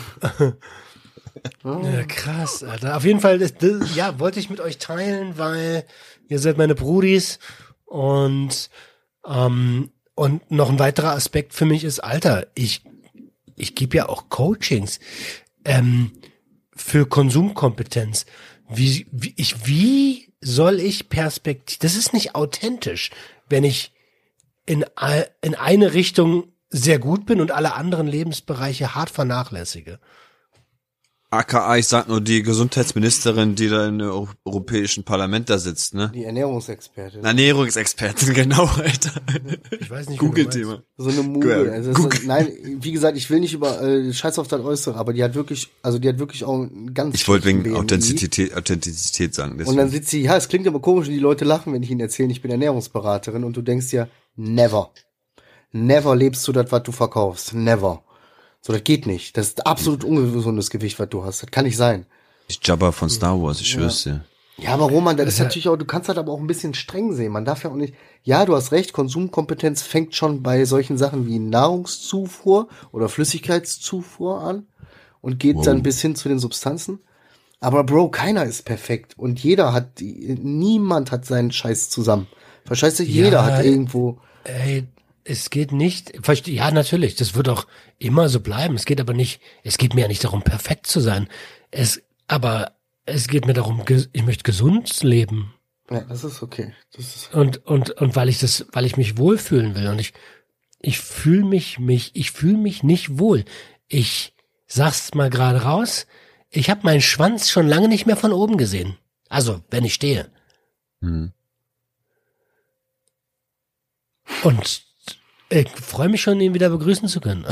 Ja, krass, Alter. Auf jeden Fall, das, das, ja, wollte ich mit euch teilen, weil ihr seid meine Brudis und ähm, und noch ein weiterer Aspekt für mich ist, Alter, ich ich gebe ja auch Coachings ähm, für Konsumkompetenz. Wie, wie ich wie soll ich Perspektive? Das ist nicht authentisch, wenn ich in all- in eine Richtung sehr gut bin und alle anderen Lebensbereiche hart vernachlässige. A K A, ich sag nur die Gesundheitsministerin, die da im Eu- Europäischen Parlament da sitzt, ne? Die Ernährungsexpertin. Ernährungsexpertin, genau, Alter. Ich weiß nicht, wen du meinst. Google-Thema. So eine Mugel. Google. Also das ist, nein, wie gesagt, ich will nicht über äh, Scheiß auf das Äußere, aber die hat wirklich, also die hat wirklich auch einen ganz Ich wollte wegen schlechten B M I. Authentizität, Authentizität sagen. Und Deswegen. dann sitzt sie, ja, es klingt aber komisch, und die Leute lachen, wenn ich ihnen erzähle, ich bin Ernährungsberaterin und du denkst dir, never. Never lebst du das, was du verkaufst. Never. So, das geht nicht. Das ist absolut ungesundes Gewicht, was du hast. Das kann nicht sein. Ich Jabba von Star Wars, ich schwör's dir. Ja, aber Roman, das, Das ist ist ja- natürlich auch, du kannst das aber auch ein bisschen streng sehen. Man darf ja auch nicht, ja, du hast recht, Konsumkompetenz fängt schon bei solchen Sachen wie Nahrungszufuhr oder Flüssigkeitszufuhr an und geht Wow. dann bis hin zu den Substanzen. Aber Bro, keiner ist perfekt und jeder hat, niemand hat seinen Scheiß zusammen. Verstehst du? Jeder Ja, hat irgendwo, Ey, es geht nicht, verste- ja, natürlich, das wird auch immer so bleiben. Es geht aber nicht, es geht mir ja nicht darum, perfekt zu sein. Es, aber es geht mir darum, ges- ich möchte gesund leben. Ja, das ist okay. Das ist Und, und, und weil ich das, weil ich mich wohlfühlen will. Und ich, ich fühle mich, mich, ich fühle mich nicht wohl. Ich sag's mal gerade raus, ich habe meinen Schwanz schon lange nicht mehr von oben gesehen. Also, wenn ich stehe. Hm. Und ich freue mich schon, ihn wieder begrüßen zu können.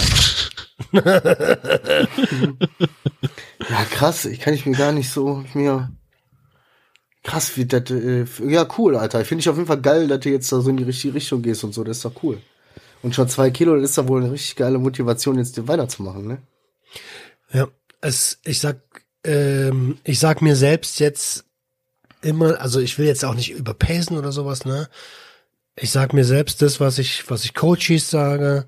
ja krass, ich kann ich mir gar nicht so mir krass wie das äh, ja cool, Alter. Finde ich auf jeden Fall geil, dass du jetzt da so in die richtige Richtung gehst und so, das ist doch cool. Und schon zwei Kilo, das ist da wohl eine richtig geile Motivation, jetzt weiterzumachen, ne? Ja, es, ich sag, ähm, ich sag mir selbst jetzt immer, also ich will jetzt auch nicht überpacen oder sowas, ne? Ich sag mir selbst das, was ich, was ich Coaches sage.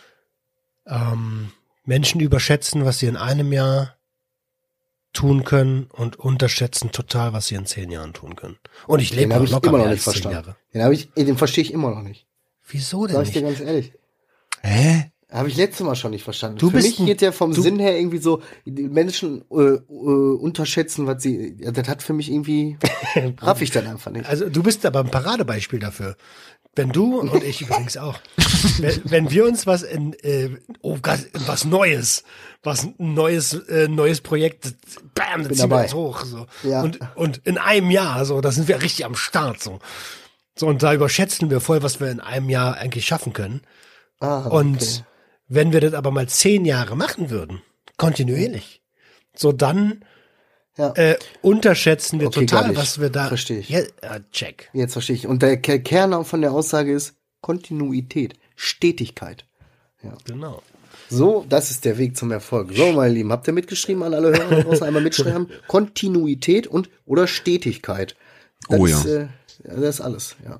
Ähm, Menschen überschätzen, was sie in einem Jahr tun können und unterschätzen total, was sie in zehn Jahren tun können. Und ich lebe Den habe noch ich locker immer noch mehr nicht als zehn verstanden. Jahre. Den habe ich, den verstehe ich immer noch nicht. Wieso denn Sag ich dir nicht? ganz ehrlich. Hä? Habe ich letztes Mal schon nicht verstanden. Du Für bist mich ein- geht der vom du- Sinn her irgendwie so, die Menschen äh, äh, unterschätzen, was sie, ja, das hat für mich irgendwie, raff ich dann einfach nicht. Also du bist aber ein Paradebeispiel dafür. Wenn du und ich übrigens auch, wenn, wenn wir uns was in äh, oh, Gott, was Neues, was ein neues äh, neues Projekt, bam, da Bin ziehen dabei. wir uns hoch so Ja. und und in einem Jahr so, da sind wir richtig am Start so. So und da überschätzen wir voll, was wir in einem Jahr eigentlich schaffen können. Ah, Und okay. wenn wir das aber mal zehn Jahre machen würden, kontinuierlich, so dann Ja. äh, unterschätzen wir Okay, total, glaub ich. was wir da. Versteh ich. Ja, äh, check. Jetzt verstehe ich. Und der Ke- Kern von der Aussage ist Kontinuität, Stetigkeit. Genau. So, das ist der Weg zum Erfolg. So, meine Lieben, habt ihr mitgeschrieben an alle Hörer da draußen einmal mitschreiben? Kontinuität und oder Stetigkeit. Das Oh ist, ja. äh, ja, das ist alles, ja.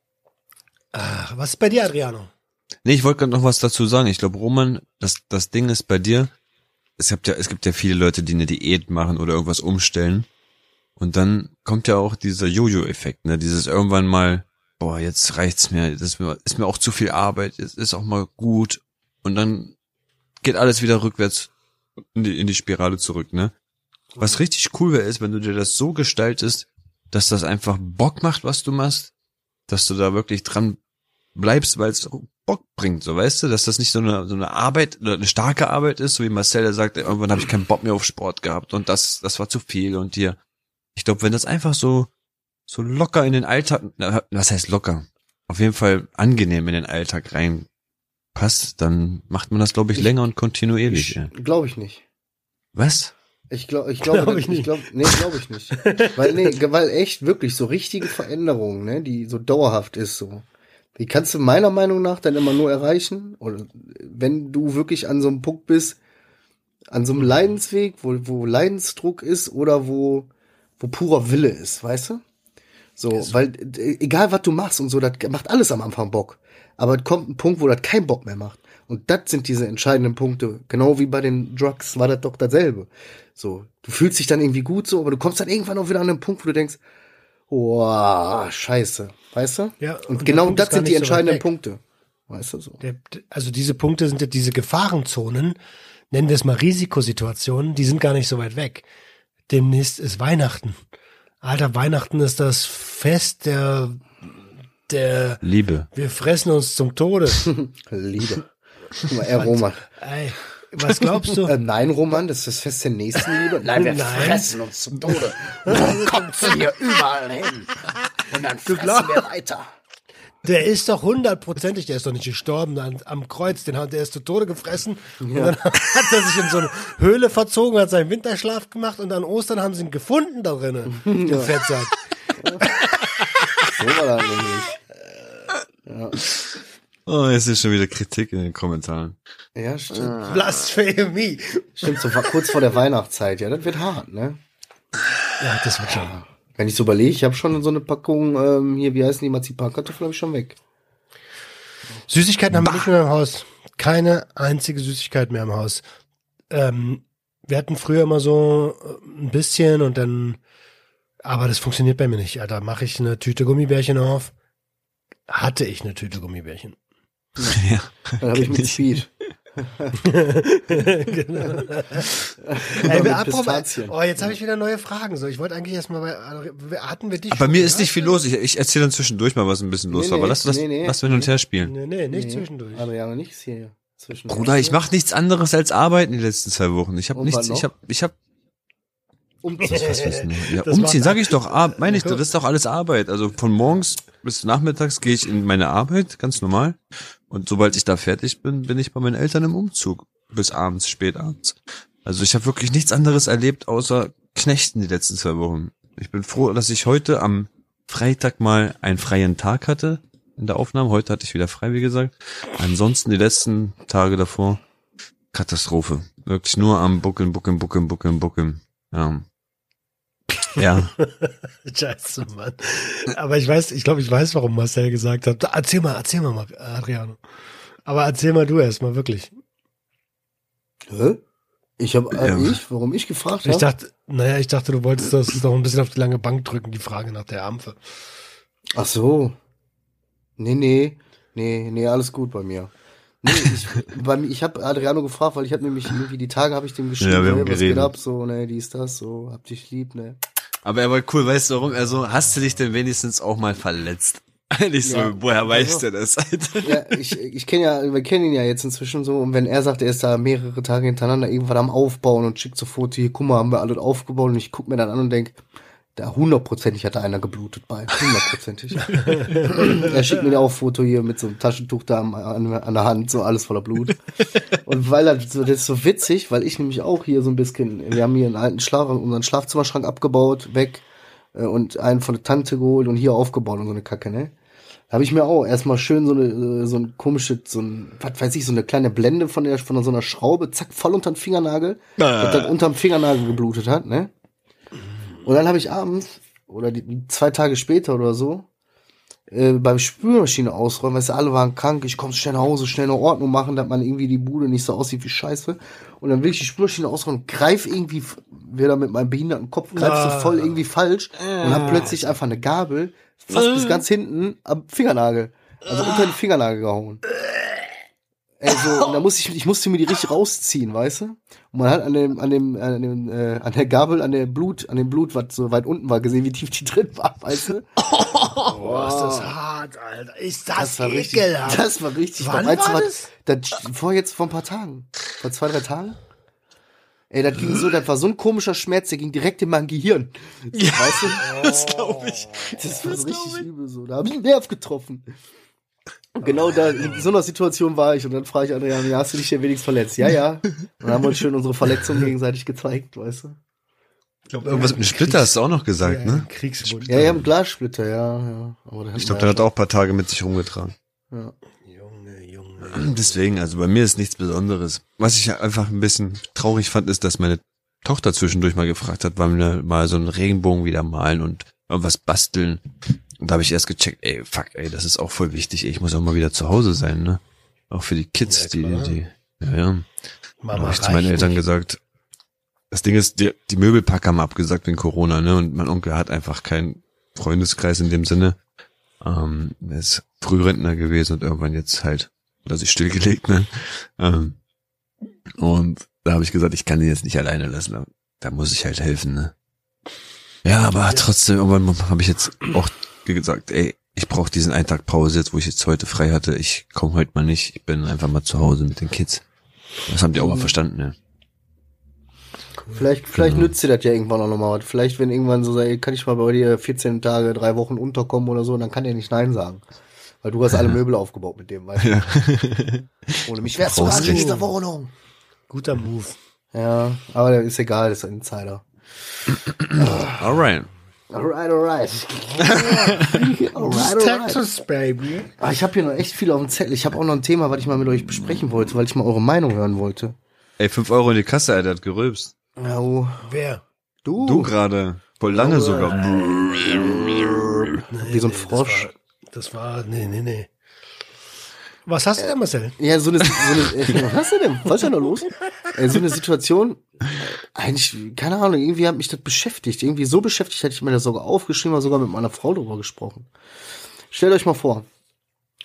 Ach, was ist bei dir, Adriano? Nee, ich wollte gerade noch was dazu sagen. Ich glaube, Roman, das, das Ding ist bei dir, es gibt ja, es gibt ja viele Leute, die eine Diät machen oder irgendwas umstellen. Und dann kommt ja auch dieser Jojo-Effekt, ne? Dieses irgendwann mal, boah, jetzt reicht's mir, das ist mir, ist mir auch zu viel Arbeit, es ist auch mal gut. Und dann geht alles wieder rückwärts in die, in die Spirale zurück, ne? Was richtig cool wäre, ist, wenn du dir das so gestaltest, dass das einfach Bock macht, was du machst, dass du da wirklich dran bleibst, weil es Bock bringt, so, weißt du, dass das nicht so eine so eine Arbeit oder eine starke Arbeit ist, so wie Marcel, der sagt, irgendwann habe ich keinen Bock mehr auf Sport gehabt und das das war zu viel und dir. Ich glaube, wenn das einfach so so locker in den Alltag, na, was heißt locker? Auf jeden Fall angenehm in den Alltag reinpasst, dann macht man das, glaube ich, Ich- länger und kontinuierlich. Ich, ja. glaube ich nicht. Was? Ich glaube, ich glaube, Glaub ich ich, nicht. glaube, nee, glaube ich nicht. weil, nee, weil echt wirklich so richtige Veränderungen, ne, die so dauerhaft ist, so. Die kannst du meiner Meinung nach dann immer nur erreichen, oder wenn du wirklich an so einem Punkt bist, an so einem Leidensweg, wo, wo Leidensdruck ist oder wo, wo purer Wille ist, weißt du? So, weil, äh, egal was du machst und so, das macht alles am Anfang Bock. Aber es kommt ein Punkt, wo das keinen Bock mehr macht. Und das sind diese entscheidenden Punkte. Genau wie bei den Drugs war das doch dasselbe. So, du fühlst dich dann irgendwie gut so, aber du kommst dann irgendwann auch wieder an den Punkt, wo du denkst, oh, scheiße, weißt du? Ja, und, und der genau Punkt das ist gar sind die nicht so weit entscheidenden weg. Punkte. Weißt du so? Der, also diese Punkte sind ja diese Gefahrenzonen, nennen wir es mal Risikosituationen, die sind gar nicht so weit weg. Demnächst ist Weihnachten. Alter, Weihnachten ist das Fest der, der, Liebe. wir fressen uns zum Tode. Liebe. Guck mal, er Roman. Ey, was glaubst du? Äh, nein, Roman, das ist das Fest der Nächstenliebe. Nein, wir Nein. fressen uns zum Tode. Und dann kommt sie hier überall hin. Und dann fressen glaub- wir weiter. Der ist doch hundertprozentig, der ist doch nicht gestorben an, am Kreuz, den hat, der ist zu Tode gefressen. Und dann hat er sich in so eine Höhle verzogen, hat seinen Winterschlaf gemacht und an Ostern haben sie ihn gefunden da drinnen, im Fettsack. So war das nämlich. Oh, jetzt ist schon wieder Kritik in den Kommentaren. Ja, stimmt. Blasphemie. Stimmt, so war kurz vor der Weihnachtszeit. Ja, das wird hart, ne? Ja, das wird schon. Wenn ich so überlege, ich habe schon so eine Packung, ähm, hier, wie heißen die, Marzipankartoffeln, habe ich schon weg. Süßigkeiten haben wir nicht mehr im Haus. Keine einzige Süßigkeit mehr im Haus. Ähm, wir hatten früher immer so äh, ein bisschen und dann, aber das funktioniert bei mir nicht. Alter, mache ich eine Tüte Gummibärchen auf. Hatte ich eine Tüte Gummibärchen. Ja, Dann habe ich mit kenn ich. Speed. Genau. Ey, mit wir, apropos, Pistazien. oh, jetzt habe ich wieder neue Fragen. So, ich wollte eigentlich erstmal bei, hatten wir dich Aber bei schon mir ist gehört? nicht viel los. Ich, ich erzähle dann zwischendurch mal, was ein bisschen los Nee, war. Aber nee, lass, lass, nee, nee. lass wir hin und her spielen. Nee, nee, nicht Nee. zwischendurch. Adriano, nichts hier zwischen. Bruder, ich mache nichts anderes als arbeiten die letzten zwei Wochen. Ich habe Und nichts, wann ich noch? habe, ich habe, Umziehen. was wissen wir? Ja, Das umziehen, macht- sage ich doch. Ah, meine ich, das ist doch alles Arbeit. Also von morgens bis nachmittags gehe ich in meine Arbeit, ganz normal. Und sobald ich da fertig bin, bin ich bei meinen Eltern im Umzug. Bis abends, spät abends. Also ich habe wirklich nichts anderes erlebt, außer Knechten die letzten zwei Wochen. Ich bin froh, dass ich heute am Freitag mal einen freien Tag hatte in der Aufnahme. Heute hatte ich wieder frei, wie gesagt. Ansonsten die letzten Tage davor Katastrophe. Wirklich nur am Buckeln, Buckeln, Buckeln, Buckeln, Buckeln. Ja. Ja. Scheiße, Mann. Aber ich weiß, ich glaube, ich weiß, warum Marcel gesagt hat. Erzähl mal, erzähl mal, Mar- Adriano. Aber erzähl mal du erst mal wirklich. Hä? Ich habe äh, Ja. ich, warum ich gefragt habe? Ich dachte, naja, ich dachte, du wolltest das noch ein bisschen auf die lange Bank drücken, die Frage nach der Ampfe. Ach so. Nee, nee. Nee, nee, alles gut bei mir. Nee, ich, bei mir, ich habe Adriano gefragt, weil ich habe nämlich irgendwie die Tage habe ich dem geschrieben, Ja, wir so, haben hey, was geht geredet. ab, so, ne, dies, das, so, hab dich lieb, ne. Aber er war cool, weißt du warum? Also, hast du dich denn wenigstens auch mal verletzt? Nicht so, Ja. woher weißt Also- du das, Alter? Ja, ich, ich kenne ja, wir kennen ihn ja jetzt inzwischen so, und wenn er sagt, er ist da mehrere Tage hintereinander irgendwann am Aufbauen und schickt so Foto, hier, guck mal, haben wir alles aufgebaut, und ich guck mir dann an und denk, da hundertprozentig hat da einer geblutet bei, hundertprozentig. Er schickt mir ja auch Foto hier mit so einem Taschentuch da am, an, an der Hand, so alles voller Blut. Und weil er so, das ist so witzig, weil ich nämlich auch hier so ein bisschen, wir haben hier einen alten Schlaf, unseren Schlafzimmerschrank abgebaut, weg, äh, und einen von der Tante geholt und hier aufgebaut und so eine Kacke, ne? Da habe ich mir auch erstmal schön so eine, so ein komische, so ein, was weiß ich, so eine kleine Blende von der, von so einer Schraube, zack, voll unter den Fingernagel, das dann unterm Fingernagel geblutet hat, ne? Und dann habe ich abends, oder die, zwei Tage später oder so, äh, beim Spülmaschine ausräumen, weißt du, alle waren krank, ich komm schnell nach Hause, schnell eine Ordnung machen, dass man irgendwie die Bude nicht so aussieht wie Scheiße. Und dann will ich die Spülmaschine ausräumen, greif irgendwie wieder mit meinem behinderten Kopf, greif so Ah. voll irgendwie falsch und hab plötzlich einfach eine Gabel, fast bis ganz hinten am Fingernagel, also unter den Fingernagel gehauen. Ey, so, und da musste ich, ich musste mir die richtig rausziehen, weißt du? Und man hat an dem, an dem, an dem, äh, an der Gabel, an der Blut, an dem Blut, was so weit unten war, gesehen, wie tief die drin war, weißt du? Boah, ist das hart, Alter. Ist das, Das war richtig, ekelhaft. das war richtig. Wann weißt du, war was, das? Vor jetzt, vor ein paar Tagen. Vor zwei, drei Tagen. Ey, das ging so, das war so ein komischer Schmerz, der ging direkt in mein Gehirn. Ja, Weißt du? das glaube ich. Das war Das so glaub richtig ich. übel so. Da habe ich einen Nerv getroffen. Und genau da, in so einer Situation war ich. Und dann frage ich Adrian, ja, hast du dich denn wenigstens verletzt? Ja, ja. Und dann haben wir uns schön unsere Verletzungen gegenseitig gezeigt, weißt du? Ich glaube, irgendwas mit dem Splitter hast du auch noch gesagt, ne? Kriegswund. Ja, ja, im Glassplitter, ja, ja. Aber da Ich hatten glaube, wir der hat auch ein paar Tage mit sich rumgetragen. ja. Junge, Junge. Deswegen, also bei mir ist nichts Besonderes. Was ich einfach ein bisschen traurig fand, ist, dass meine Tochter zwischendurch mal gefragt hat, wann wir mal so einen Regenbogen wieder malen und irgendwas basteln. Und da habe ich erst gecheckt, ey, fuck, ey, das ist auch voll wichtig. Ey, ich muss auch mal wieder zu Hause sein, ne? Auch für die Kids, Ja, die, klar. die, ja, ja. Da Mama habe ich zu meinen reicht Eltern nicht. gesagt, das Ding ist, die, die Möbelpacker haben abgesagt wegen Corona, ne? Und mein Onkel hat einfach keinen Freundeskreis in dem Sinne. Ähm, er ist Frührentner gewesen und irgendwann jetzt halt, hat er sich stillgelegt, ne? Ähm, und da habe ich gesagt, ich kann ihn jetzt nicht alleine lassen. Da, da muss ich halt helfen, ne? Ja, aber trotzdem, irgendwann habe ich jetzt auch gesagt, ey, ich brauche diesen einen Tag Pause jetzt, wo ich jetzt heute frei hatte. Ich komme heute mal nicht. Ich bin einfach mal zu Hause mit den Kids. Das haben die auch mal verstanden, ne? Vielleicht, vielleicht Genau. nützt dir das ja irgendwann auch nochmal was. Vielleicht, wenn irgendwann so sagt, ey, kann ich mal bei dir vierzehn Tage, drei Wochen unterkommen oder so, dann kann der nicht Nein sagen. Weil du hast alle Möbel aufgebaut mit dem, weißt du? Ja. Ohne mich wärst du gar nicht in dieser Wohnung. Guter Move. Ja, aber ist egal, das ist ein Insider. Alright. Alright, alright. alright, alright. Texas, baby. Ah, ich habe hier noch echt viel auf dem Zettel. Ich habe auch noch ein Thema, was ich mal mit euch besprechen wollte, weil ich mal eure Meinung hören wollte. Ey, fünf Euro in die Kasse, Alter, hat gerülpst. Ja, oh. Wer? Du? Du gerade. Voll lange sogar. Wie so ein Frosch. Das war, nee, nee, nee. Was hast du denn, Marcel? Ja, so eine, so eine äh, was hast du denn? Was ist denn da los? Äh, so eine Situation, äh, eigentlich, keine Ahnung, irgendwie hat mich das beschäftigt. Irgendwie so beschäftigt, hätte ich mir das sogar aufgeschrieben, oder sogar mit meiner Frau drüber gesprochen. Stellt euch mal vor,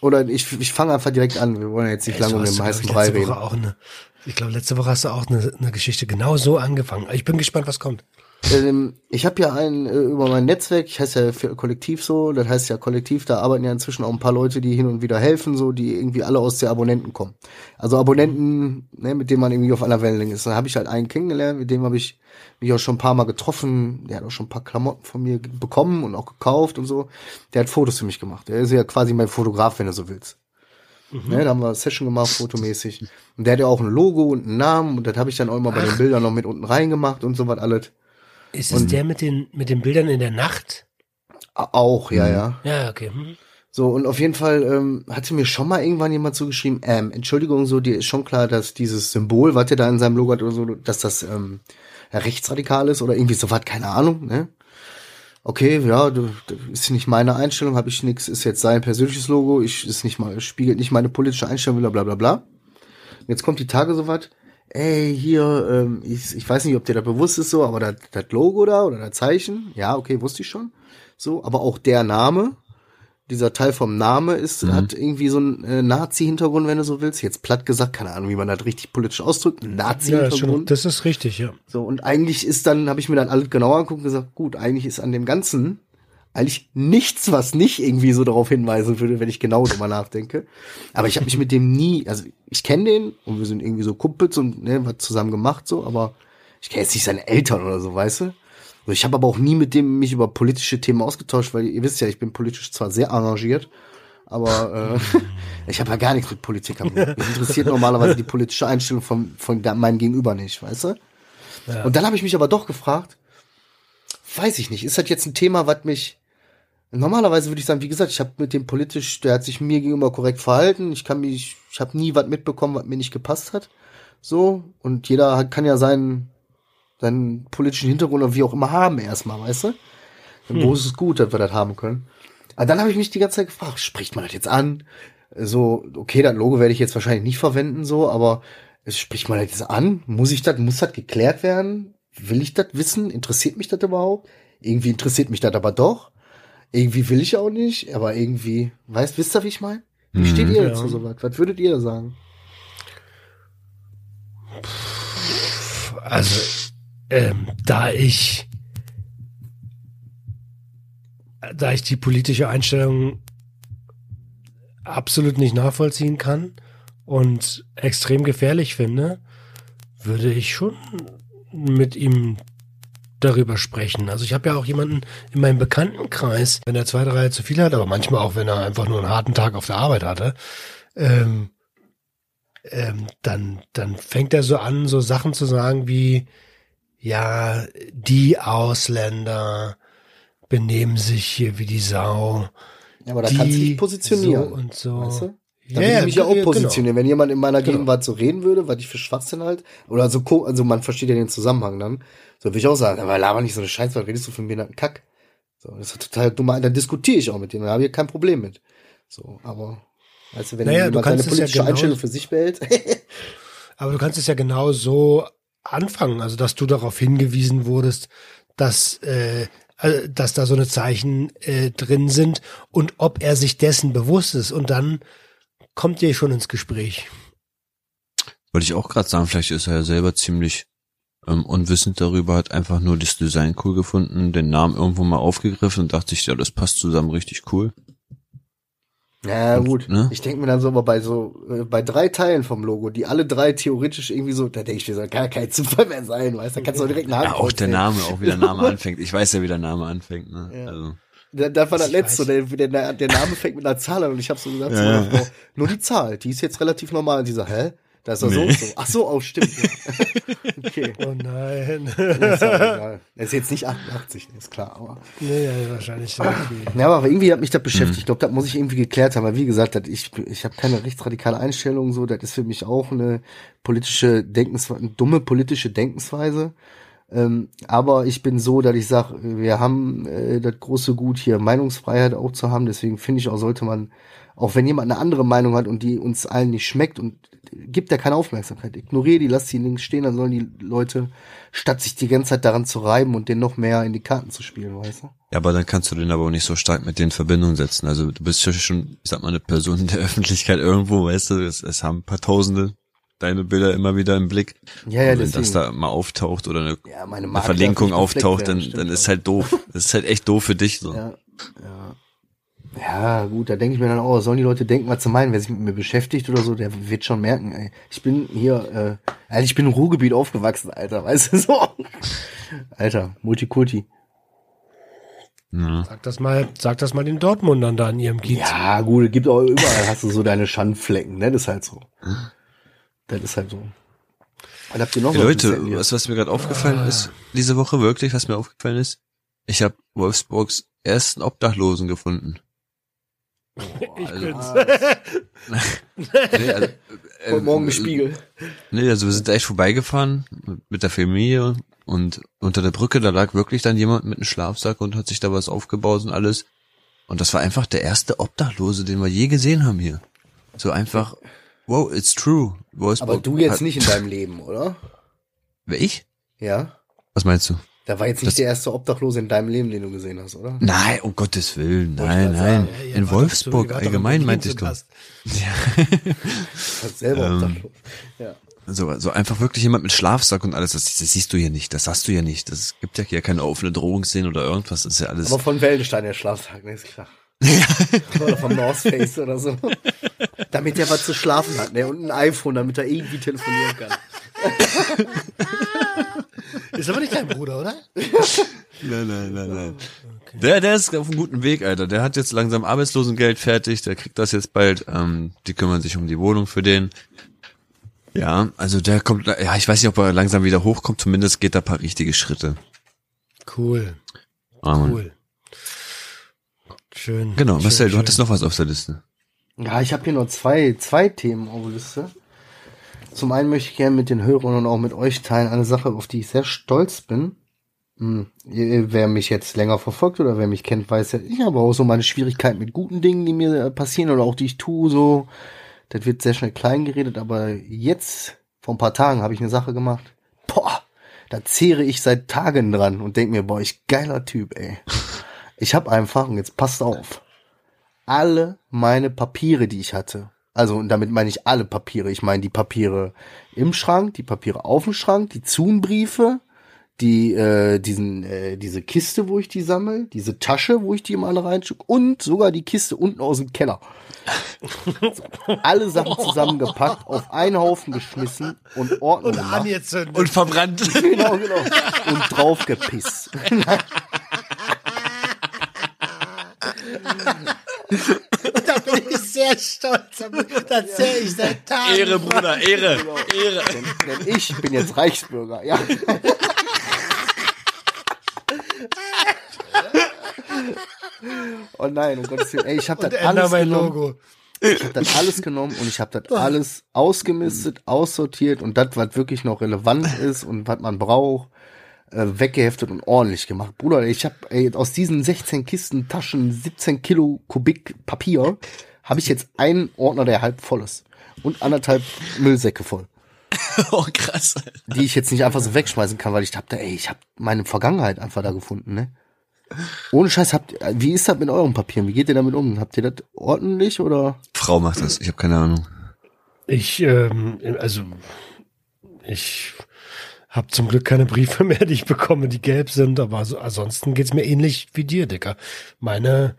Oder ich, ich fange einfach direkt an. Wir wollen ja jetzt nicht Ey, lange so um hast den du, heißen glaub Brei ich, letzte reden. Woche auch eine, ich glaube, letzte Woche hast du auch eine, eine Geschichte genau so angefangen. Ich bin gespannt, was kommt. Ähm, ich habe ja einen äh, über mein Netzwerk, ich heiße ja für Kollektiv so, das heißt ja Kollektiv, da arbeiten ja inzwischen auch ein paar Leute, die hin und wieder helfen, so, die irgendwie alle aus der Abonnenten kommen. Also Abonnenten, ne, mit denen man irgendwie auf einer Wellenlänge ist. Da habe ich halt einen kennengelernt, mit dem habe ich mich auch schon ein paar Mal getroffen, der hat auch schon ein paar Klamotten von mir ge- bekommen und auch gekauft und so. Der hat Fotos für mich gemacht. Der ist ja quasi mein Fotograf, wenn du so willst. Mhm. Ne, da haben wir eine Session gemacht, fotomäßig. Und der hat ja auch ein Logo und einen Namen und das habe ich dann auch immer bei den Bildern noch mit unten reingemacht und so was alles. Ist es der mit den, mit den Bildern in der Nacht? A- Auch, ja, ja. Ja, okay. Hm. So, und auf jeden Fall ähm, hatte mir schon mal irgendwann jemand zugeschrieben, ähm, Entschuldigung, so, dir ist schon klar, dass dieses Symbol, was der da in seinem Logo hat oder so, dass das ähm, ja, rechtsradikal ist oder irgendwie so was, keine Ahnung, ne? Okay, ja, du, das ist nicht meine Einstellung, habe ich nix, ist jetzt sein persönliches Logo, ich ist nicht mal, spiegelt nicht meine politische Einstellung, bla bla bla bla. Jetzt kommt die Tage so was, ey, hier, ähm, ich, ich weiß nicht, ob dir da bewusst ist so, aber das, das Logo da oder das Zeichen, ja, okay, wusste ich schon. So, aber auch der Name, dieser Teil vom Name ist, Mhm. hat irgendwie so einen äh, Nazi-Hintergrund, wenn du so willst. Jetzt platt gesagt, keine Ahnung, wie man das richtig politisch ausdrückt. Ein Ja, ist schon, Nazi-Hintergrund. das ist richtig, ja. So, und eigentlich ist dann, habe ich mir dann alles genauer angeguckt und gesagt, gut, eigentlich ist an dem Ganzen eigentlich nichts, was nicht irgendwie so darauf hinweisen würde, wenn ich genau drüber nachdenke. Aber ich habe mich mit dem nie, also ich kenne den und wir sind irgendwie so Kumpels und ne, was zusammen gemacht so, aber ich kenne jetzt nicht seine Eltern oder so, weißt du? So, ich habe aber auch nie mit dem mich über politische Themen ausgetauscht, weil ihr wisst ja, ich bin politisch zwar sehr engagiert, aber äh, ich habe ja gar nichts mit Politik am Hut. Mich interessiert normalerweise die politische Einstellung von, von meinem Gegenüber nicht, weißt du? Ja. Und dann habe ich mich aber doch gefragt, weiß ich nicht, ist das jetzt ein Thema, was mich normalerweise würde ich sagen, wie gesagt, ich habe mit dem politisch, der hat sich mir gegenüber korrekt verhalten. Ich kann mich, ich habe nie was mitbekommen, was mir nicht gepasst hat. So, und jeder hat, kann ja seinen, seinen politischen Hintergrund oder wie auch immer haben erstmal, weißt du? Und wo ist es gut, dass wir das haben können? Aber dann habe ich mich die ganze Zeit gefragt, spricht man das jetzt an? So, okay, das Logo werde ich jetzt wahrscheinlich nicht verwenden, so, aber es spricht man das jetzt an? Muss ich das, muss das geklärt werden? Will ich das wissen? Interessiert mich das überhaupt? Irgendwie interessiert mich das aber doch. Irgendwie will ich auch nicht, aber irgendwie, weißt, wisst ihr, wie ich meine? Wie steht ihr Ja. dazu so was? Was würdet ihr da sagen? Also, ähm, da ich, da ich die politische Einstellung absolut nicht nachvollziehen kann und extrem gefährlich finde, würde ich schon mit ihm darüber sprechen. Also ich habe ja auch jemanden in meinem Bekanntenkreis, wenn er zwei, drei zu viel hat, aber manchmal auch, wenn er einfach nur einen harten Tag auf der Arbeit hatte, ähm, ähm, dann, dann fängt er so an, so Sachen zu sagen wie, ja, die Ausländer benehmen sich hier wie die Sau. Ja, aber da die kannst du dich positionieren. So und so. Weißt du? Da will ich mich ja auch genau. positionieren. Wenn jemand in meiner Genau. Gegenwart so reden würde, was ich für Schwachsinn halt, oder so, ko- also man versteht ja den Zusammenhang dann, so würde ich auch sagen, aber laber nicht so eine Scheiße, was redest du für einen behinderten Kack? So, das ist total dumm, dann diskutiere ich auch mit dem, da habe ich kein Problem mit. So, aber, weißt du, wenn Naja, du jemand seine kannst es ja politische genau- Einstellung für sich behält, Aber du kannst es ja genau so anfangen, also dass du darauf hingewiesen wurdest, dass, äh, äh, dass da so eine Zeichen äh, drin sind und ob er sich dessen bewusst ist. Und dann kommt ihr schon ins Gespräch. Wollte ich auch gerade sagen, vielleicht ist er ja selber ziemlich ähm, unwissend darüber, hat einfach nur das Design cool gefunden, den Namen irgendwo mal aufgegriffen und dachte sich, ja, das passt zusammen richtig cool. ja, Und, gut. ne? Ich denke mir dann so, aber bei so, äh, bei drei Teilen vom Logo, die alle drei theoretisch irgendwie so, da denke ich mir so, kann kein Zufall mehr sein, weißt du, da kannst du auch direkt einen Ja, Haken auch der draufstellen. Name, auch wie der Name anfängt. Ich weiß ja, wie der Name anfängt, ne? Ja. Also. Da, da war das Ich letzte, weiß. der, der, der Name fängt mit einer Zahl an und ich habe so gesagt zu Ja, meiner ja. Frau, nur die Zahl, die ist jetzt relativ normal. Und die sagt, hä? Da ist er so Nee. und so. Ach so, oh, stimmt. Ja. Okay. Oh nein. Das ist auch egal. Er ist jetzt nicht achtundachtzig, ist klar, aber. Nee, ja, wahrscheinlich sehr viel. Ja, aber irgendwie hat mich das beschäftigt. Ich glaube, das muss ich irgendwie geklärt haben. Weil wie gesagt, das, ich, ich habe keine rechtsradikale Einstellung, so, das ist für mich auch eine politische Denkensweise, eine dumme politische Denkensweise. Ähm, aber ich bin so, dass ich sage, wir haben äh, das große Gut hier, Meinungsfreiheit auch zu haben. Deswegen finde ich auch, sollte man Auch wenn jemand eine andere Meinung hat und die uns allen nicht schmeckt und gibt ja keine Aufmerksamkeit. Ignoriere die, lass die links stehen, dann sollen die Leute, statt sich die ganze Zeit daran zu reiben und denen noch mehr in die Karten zu spielen, weißt du? Ja, aber dann kannst du den aber auch nicht so stark mit denen in Verbindung setzen. Also du bist ja schon, ich sag mal, eine Person in der Öffentlichkeit irgendwo, weißt du, es, es haben ein paar Tausende deine Bilder immer wieder im Blick. Ja, ja, und wenn deswegen. das da mal auftaucht oder eine, Ja, meine eine Marke Verlinkung darf nicht auftaucht, gefleckt dann, werden, dann stimmt ist schon. halt doof. Das ist halt echt doof für dich so. Ja, ja. Ja, gut, da denke ich mir dann auch, sollen die Leute denken, was zu meinen, wer sich mit mir beschäftigt oder so, der wird schon merken, ey. Ich bin hier, äh, Alter, ich bin im Ruhrgebiet aufgewachsen, Alter, weißt du, so. Alter, Multikulti. Ja. Sag das mal, sag das mal den Dortmundern da in ihrem Kiez. Ja, gut, es gibt auch überall, hast du so deine Schandflecken, ne, das ist halt so. Das ist halt so. Was habt ihr noch? Hey, was Leute, erzählen hier? was, was mir gerade aufgefallen ist, diese Woche wirklich, was mir aufgefallen ist, ich habe Wolfsburgs ersten Obdachlosen gefunden. Ich also- bin's. Nee, also, äh, Heute Morgen äh, gespiegelt. Nee, also wir sind da echt vorbeigefahren mit der Familie und unter der Brücke, da lag wirklich dann jemand mit einem Schlafsack und hat sich da was aufgebaut und alles. Und das war einfach der erste Obdachlose, den wir je gesehen haben hier. So einfach, wow, it's true. Wolfsburg Aber du jetzt hat, nicht in deinem Leben, oder? Wer, ich? Ja? Was meinst du? Da war jetzt nicht Das- der erste Obdachlose in deinem Leben, den du gesehen hast, oder? Nein, um Gottes Willen, Wollte ich nein, grad nein. sagen. Ja, ihr In wart Wolfsburg doch so- ihr wart doch in allgemein Berlin meinte ich zu doch. Gast. Du warst selber Ähm, obdachlos. Ja. So, so einfach wirklich jemand mit Schlafsack und alles, das, das siehst du hier nicht, das hast du hier nicht. Das gibt ja hier keine offene Drohungsszene oder irgendwas, das ist ja alles. Aber von Wellenstein der Schlafsack, ne, ist klar. Oder vom North Face oder so. Damit er was zu schlafen hat, ne? Und ein iPhone, damit er irgendwie telefonieren kann. Ist aber nicht dein Bruder, oder? Nein, nein, nein, nein. Der, der ist auf einem guten Weg, Alter. Der hat jetzt langsam Arbeitslosengeld fertig, der kriegt das jetzt bald. Ähm, die kümmern sich um die Wohnung für den. Ja, also der kommt, ja, ich weiß nicht, ob er langsam wieder hochkommt, zumindest geht er ein paar richtige Schritte. Cool, Ähm, cool. Schön. Genau, schön, Marcel, du schön. hattest noch was auf der Liste. Ja, ich habe hier noch zwei, zwei Themen auf der Liste. Zum einen möchte ich gerne mit den Hörern und auch mit euch teilen eine Sache, auf die ich sehr stolz bin. Hm, ihr- wer mich jetzt länger verfolgt oder wer mich kennt, weiß ja, ich habe auch so meine Schwierigkeiten mit guten Dingen, die mir äh, passieren oder auch die ich tue, so. Das wird sehr schnell klein geredet, aber jetzt, vor ein paar Tagen, habe ich eine Sache gemacht. Boah, da zehre ich seit Tagen dran und denk mir, boah, ich geiler Typ, ey. Ich habe einfach, und jetzt passt auf, alle meine Papiere, die ich hatte, also und damit meine ich alle Papiere, ich meine die Papiere im Schrank, die Papiere auf dem Schrank, die Zoom-Briefe, die äh, diesen äh, diese Kiste, wo ich die sammle, diese Tasche, wo ich die immer alle reinschicke und sogar die Kiste unten aus dem Keller. So, alle Sachen zusammengepackt, auf einen Haufen geschmissen und Ordnung Und gemacht. angezündet. Und verbrannt. Genau, genau. Und drauf gepisst. Da bin ich sehr stolz. Da zähle ich seit Tagen. Ehre, Bruder, Ehre, Ehre. Denn, denn ich bin jetzt Reichsbürger, ja. Oh nein, um Gottes Willen. Ey, ich habe Und das änder alles mein genommen. Logo. Ich habe das alles genommen und ich habe das alles ausgemistet, aussortiert und das, was wirklich noch relevant ist und was man braucht, äh, weggeheftet und ordentlich gemacht. Bruder, ich habe aus diesen sechzehn Kisten Taschen, siebzehn Kilo Kubik Papier, habe ich jetzt einen Ordner, der halb voll ist und anderthalb Müllsäcke voll, Oh, krass. die ich jetzt nicht einfach so wegschmeißen kann, weil ich hab da, ey, ich habe meine Vergangenheit einfach da gefunden, ne? Ohne Scheiß, habt wie ist das mit euren Papieren? Wie geht ihr damit um? Habt ihr das ordentlich oder? Frau macht das, ich habe keine Ahnung. Ich, ähm, also, ich habe zum Glück keine Briefe mehr, die ich bekomme, die gelb sind, aber so, ansonsten geht's mir ähnlich wie dir, Dicker. Meine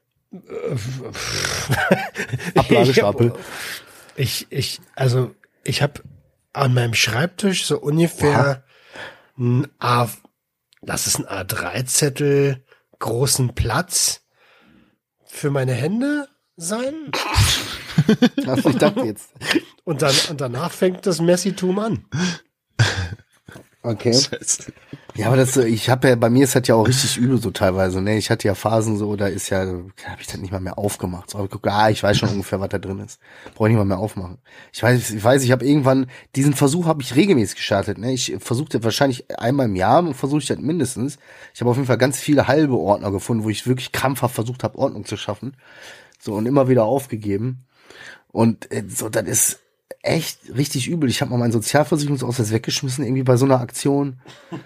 Ablagestapel. Ich, ich, also, ich habe an meinem Schreibtisch so ungefähr ein A, das ist ein A drei Zettel großen Platz für meine Hände sein. Also ich dachte jetzt. Und dann, und danach fängt das Messitum an. Okay. Ja, aber das, ich habe ja, bei mir ist das ja auch richtig übel so teilweise, ne? Ich hatte ja Phasen so, da ist ja, da habe ich das nicht mal mehr aufgemacht. So, hab ich geguckt, ah, ich weiß schon ungefähr, was da drin ist. Brauche ich nicht mal mehr aufmachen. Ich weiß, ich weiß, ich habe irgendwann, diesen Versuch habe ich regelmäßig gestartet, ne? Ich versuchte wahrscheinlich einmal im Jahr und versuche ich das mindestens. Ich habe auf jeden Fall ganz viele halbe Ordner gefunden, wo ich wirklich krampfhaft versucht habe, Ordnung zu schaffen. So, und immer wieder aufgegeben. Und äh, so, das ist echt richtig übel. Ich habe mal meinen Sozialversicherungsausweis weggeschmissen, irgendwie bei so einer Aktion,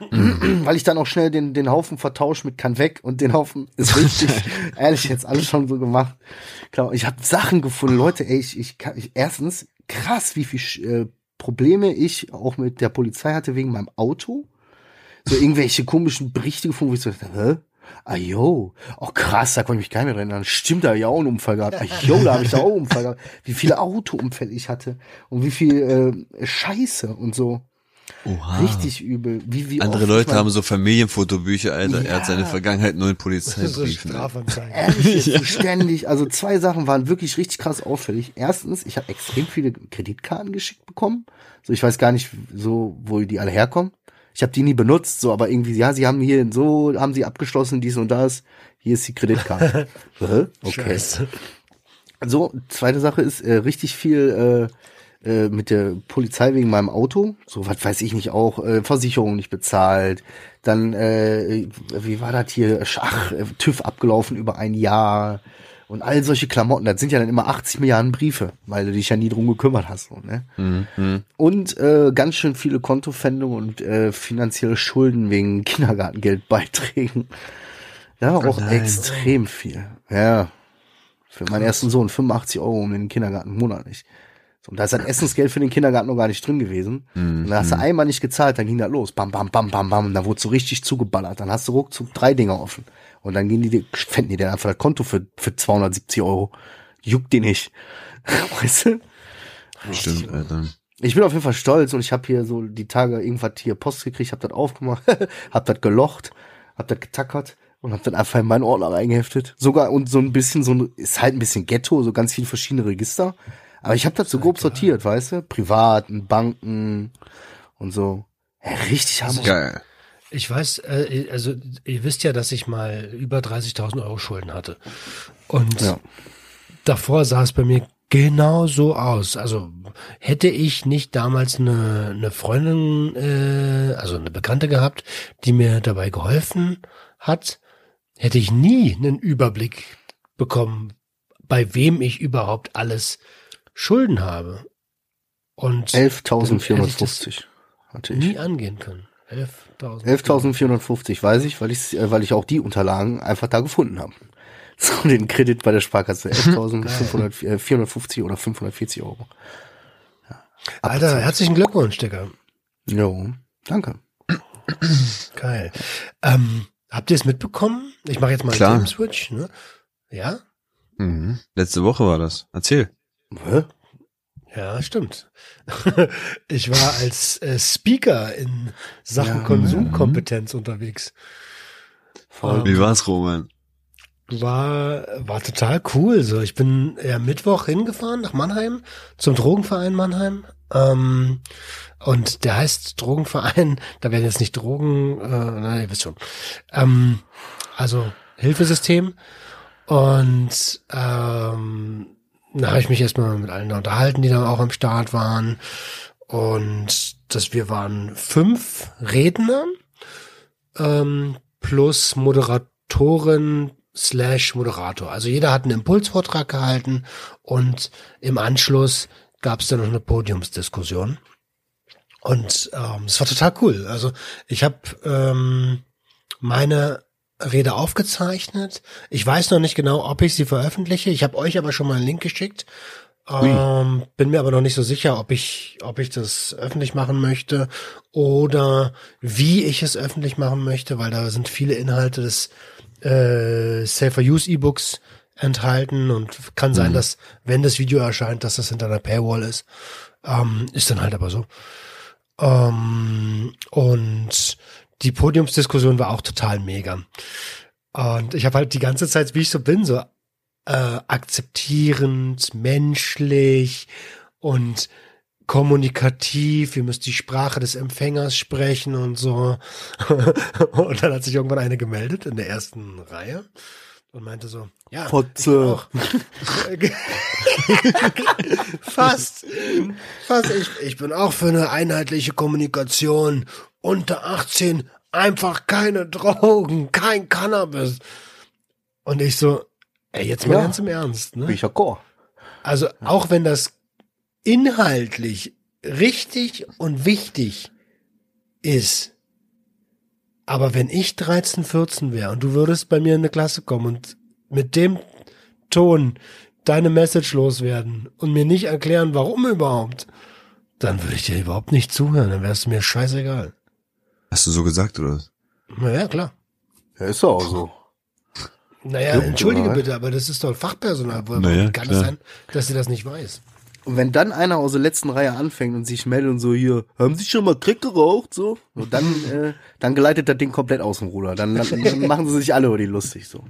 weil ich dann auch schnell den den Haufen vertauscht mit kann weg und den Haufen ist richtig, ehrlich, jetzt alles schon so gemacht. Klar, ich habe Sachen gefunden, Leute, ey, ich, ich, kann, ich erstens, krass, wie viel äh, Probleme ich auch mit der Polizei hatte wegen meinem Auto. So irgendwelche komischen Berichte gefunden, wo ich so dachte, hä? Ah, yo. Oh, krass, da konnte ich mich gar nicht mehr dran erinnern. Stimmt, da habe ich auch einen Unfall gehabt. Ah, yo, da habe ich da auch einen Unfall gehabt. Wie viele Autounfälle ich hatte. Und wie viel äh, Scheiße und so. Oha. Richtig übel. Wie, wie Andere oft Leute ich mein, haben so Familienfotobücher, Alter. Ja. Er hat seine Vergangenheit nur in So Polizeibriefen. Alter. Strafanzeigen. Ehrlich, jetzt so ständig. Also zwei Sachen waren wirklich richtig krass auffällig. Erstens, ich habe extrem viele Kreditkarten geschickt bekommen. So, ich weiß gar nicht so, wo die alle herkommen. Ich habe die nie benutzt, so, aber irgendwie, ja, sie haben hier so, haben sie abgeschlossen, dies und das. Hier ist die Kreditkarte. Hä? Okay. Scheiße. So, zweite Sache ist äh, richtig viel äh, äh, mit der Polizei wegen meinem Auto. So, was weiß ich nicht auch, äh, Versicherung nicht bezahlt. Dann, äh, wie war das hier? Ach, äh, TÜV abgelaufen über ein Jahr. Und all solche Klamotten, das sind ja dann immer achtzig Milliarden Briefe, weil du dich ja nie drum gekümmert hast. So, ne? Mhm. Und äh, ganz schön viele Kontopfändungen und äh, finanzielle Schulden wegen Kindergartengeldbeiträgen. Ja, auch nein. extrem viel. Ja, für meinen ersten Sohn fünfundachtzig Euro um den Kindergarten monatlich. So, und da ist das Essensgeld für den Kindergarten noch gar nicht drin gewesen. Mhm. Und dann hast du einmal nicht gezahlt, dann ging das los. Bam, bam, bam, bam, bam. Und dann wurde so richtig zugeballert. Dann hast du ruckzuck drei Dinger offen. Und dann gehen die dir, fänden die dir einfach das Konto für, für zweihundertsiebzig Euro. Juckt die nicht. Weißt du? Stimmt, Alter. Ich bin auf jeden Fall stolz und ich habe hier so die Tage irgendwas hier Post gekriegt, hab das aufgemacht, hab das gelocht, hab das getackert und hab dann einfach in meinen Ordner reingeheftet. Sogar und so ein bisschen so ein, ist halt ein bisschen Ghetto, so ganz viele verschiedene Register. Aber ich hab das so grob sortiert, weißt du? Privaten, Banken und so. Ja, richtig hammer. Geil. Ich weiß, äh, also ihr wisst ja, dass ich mal über dreißigtausend Euro Schulden hatte. Und Ja. davor sah es bei mir genau so aus. Also hätte ich nicht damals eine, eine Freundin, äh, also eine Bekannte gehabt, die mir dabei geholfen hat, hätte ich nie einen Überblick bekommen, bei wem ich überhaupt alles Schulden habe. Und elftausendvierhundertfünfzig hatte nie ich. angehen können. elftausend. elftausendvierhundertfünfzig weiß ich, weil ich, weil ich auch die Unterlagen einfach da gefunden habe. So den Kredit bei der Sparkasse. elftausendvierhundertfünfzig oder fünfhundertvierzig Euro. Ja, Alter, herzlichen Glückwunsch, Digga. Jo, danke. Geil. Ähm, habt ihr es mitbekommen? Ich mache jetzt mal Klar. einen Switch, ne? Ja? Mhm. Letzte Woche war das. Erzähl. Hä? Ja, stimmt. Ich war als äh, Speaker in Sachen Ja. Konsumkompetenz unterwegs. Voll. Wie war's, Roman? War, war total cool. So, ich bin ja Mittwoch hingefahren nach Mannheim zum Drogenverein Mannheim. Ähm, und der heißt Drogenverein, da werden jetzt nicht Drogen, äh, na, ihr wisst schon. Ähm, also Hilfesystem. Und ähm, da habe ich mich erstmal mit allen unterhalten, die dann auch am Start waren. Und dass wir waren fünf Redner ähm, plus Moderatorin slash Moderator. Also jeder hat einen Impulsvortrag gehalten und im Anschluss gab es dann noch eine Podiumsdiskussion. Und ähm, es war total cool. Also ich habe ähm, meine Rede aufgezeichnet. Ich weiß noch nicht genau, ob ich sie veröffentliche. Ich habe euch aber schon mal einen Link geschickt. Ähm, bin mir aber noch nicht so sicher, ob ich, ob ich das öffentlich machen möchte oder wie ich es öffentlich machen möchte, weil da sind viele Inhalte des äh, Safer Use E-Books enthalten und kann sein, dass, wenn das Video erscheint, dass das hinter einer Paywall ist. Ähm, ist dann halt aber so. Ähm, und die Podiumsdiskussion war auch total mega. Und ich habe halt die ganze Zeit, wie ich so bin, so äh, akzeptierend, menschlich und kommunikativ. Ihr müsst die Sprache des Empfängers sprechen und so. Und dann hat sich irgendwann eine gemeldet in der ersten Reihe und meinte so, ja, Fotze. fast, fast. Ich, ich bin auch für eine einheitliche Kommunikation. Unter achtzehn einfach keine Drogen, kein Cannabis. Und ich so, Ey, jetzt mal Ja. ganz im Ernst, Bin ne? ich d'accord. Also auch wenn das inhaltlich richtig und wichtig ist, aber wenn ich dreizehn, vierzehn wäre und du würdest bei mir in eine Klasse kommen und mit dem Ton deine Message loswerden und mir nicht erklären, warum überhaupt, dann würde ich dir überhaupt nicht zuhören, dann wärst du mir scheißegal. Hast du so gesagt, oder? Na ja, klar. Ja, ist doch auch so. Naja, Ja, entschuldige oder? bitte, aber das ist doch Fachpersonal. Woher Naja, kann klar. es sein, dass sie das nicht weiß? Und wenn dann einer aus der letzten Reihe anfängt und sich meldet und so, hier, haben Sie schon mal Crack geraucht, so, und dann, äh, dann geleitet das Ding komplett aus dem Ruder. Dann, dann, dann machen sie sich alle über die lustig, so.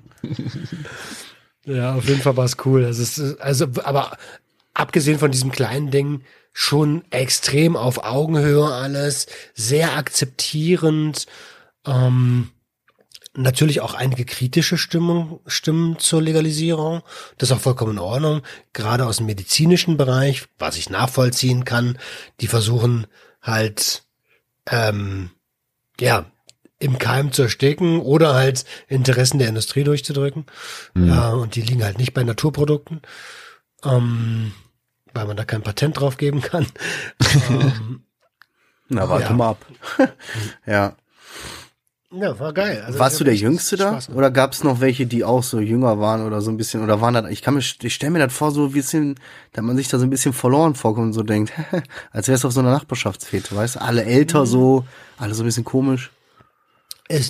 Ja, auf jeden Fall war es cool. Also, es ist, also, aber abgesehen von diesem kleinen Ding, schon extrem auf Augenhöhe alles, sehr akzeptierend, ähm, natürlich auch einige kritische Stimmen, Stimmen zur Legalisierung. Das ist auch vollkommen in Ordnung. Gerade aus dem medizinischen Bereich, was ich nachvollziehen kann. Die versuchen halt, ähm, ja, im Keim zu ersticken oder halt Interessen der Industrie durchzudrücken. Mhm. Äh, und die liegen halt nicht bei Naturprodukten, ähm, weil man da kein Patent drauf geben kann. ähm, Na, warte Ja. mal ab. Ja. ja, war geil. Also Warst ich du hab der echt Jüngste da? Spaß gemacht. Oder gab es noch welche, die auch so jünger waren oder so ein bisschen, oder waren das, ich kann mir, ich stelle mir das vor, so ein bisschen, da man sich da so ein bisschen verloren vorkommt und so denkt, als wär's auf so einer Nachbarschaftsfete, weißt du? Alle älter so, alle so ein bisschen komisch. Es,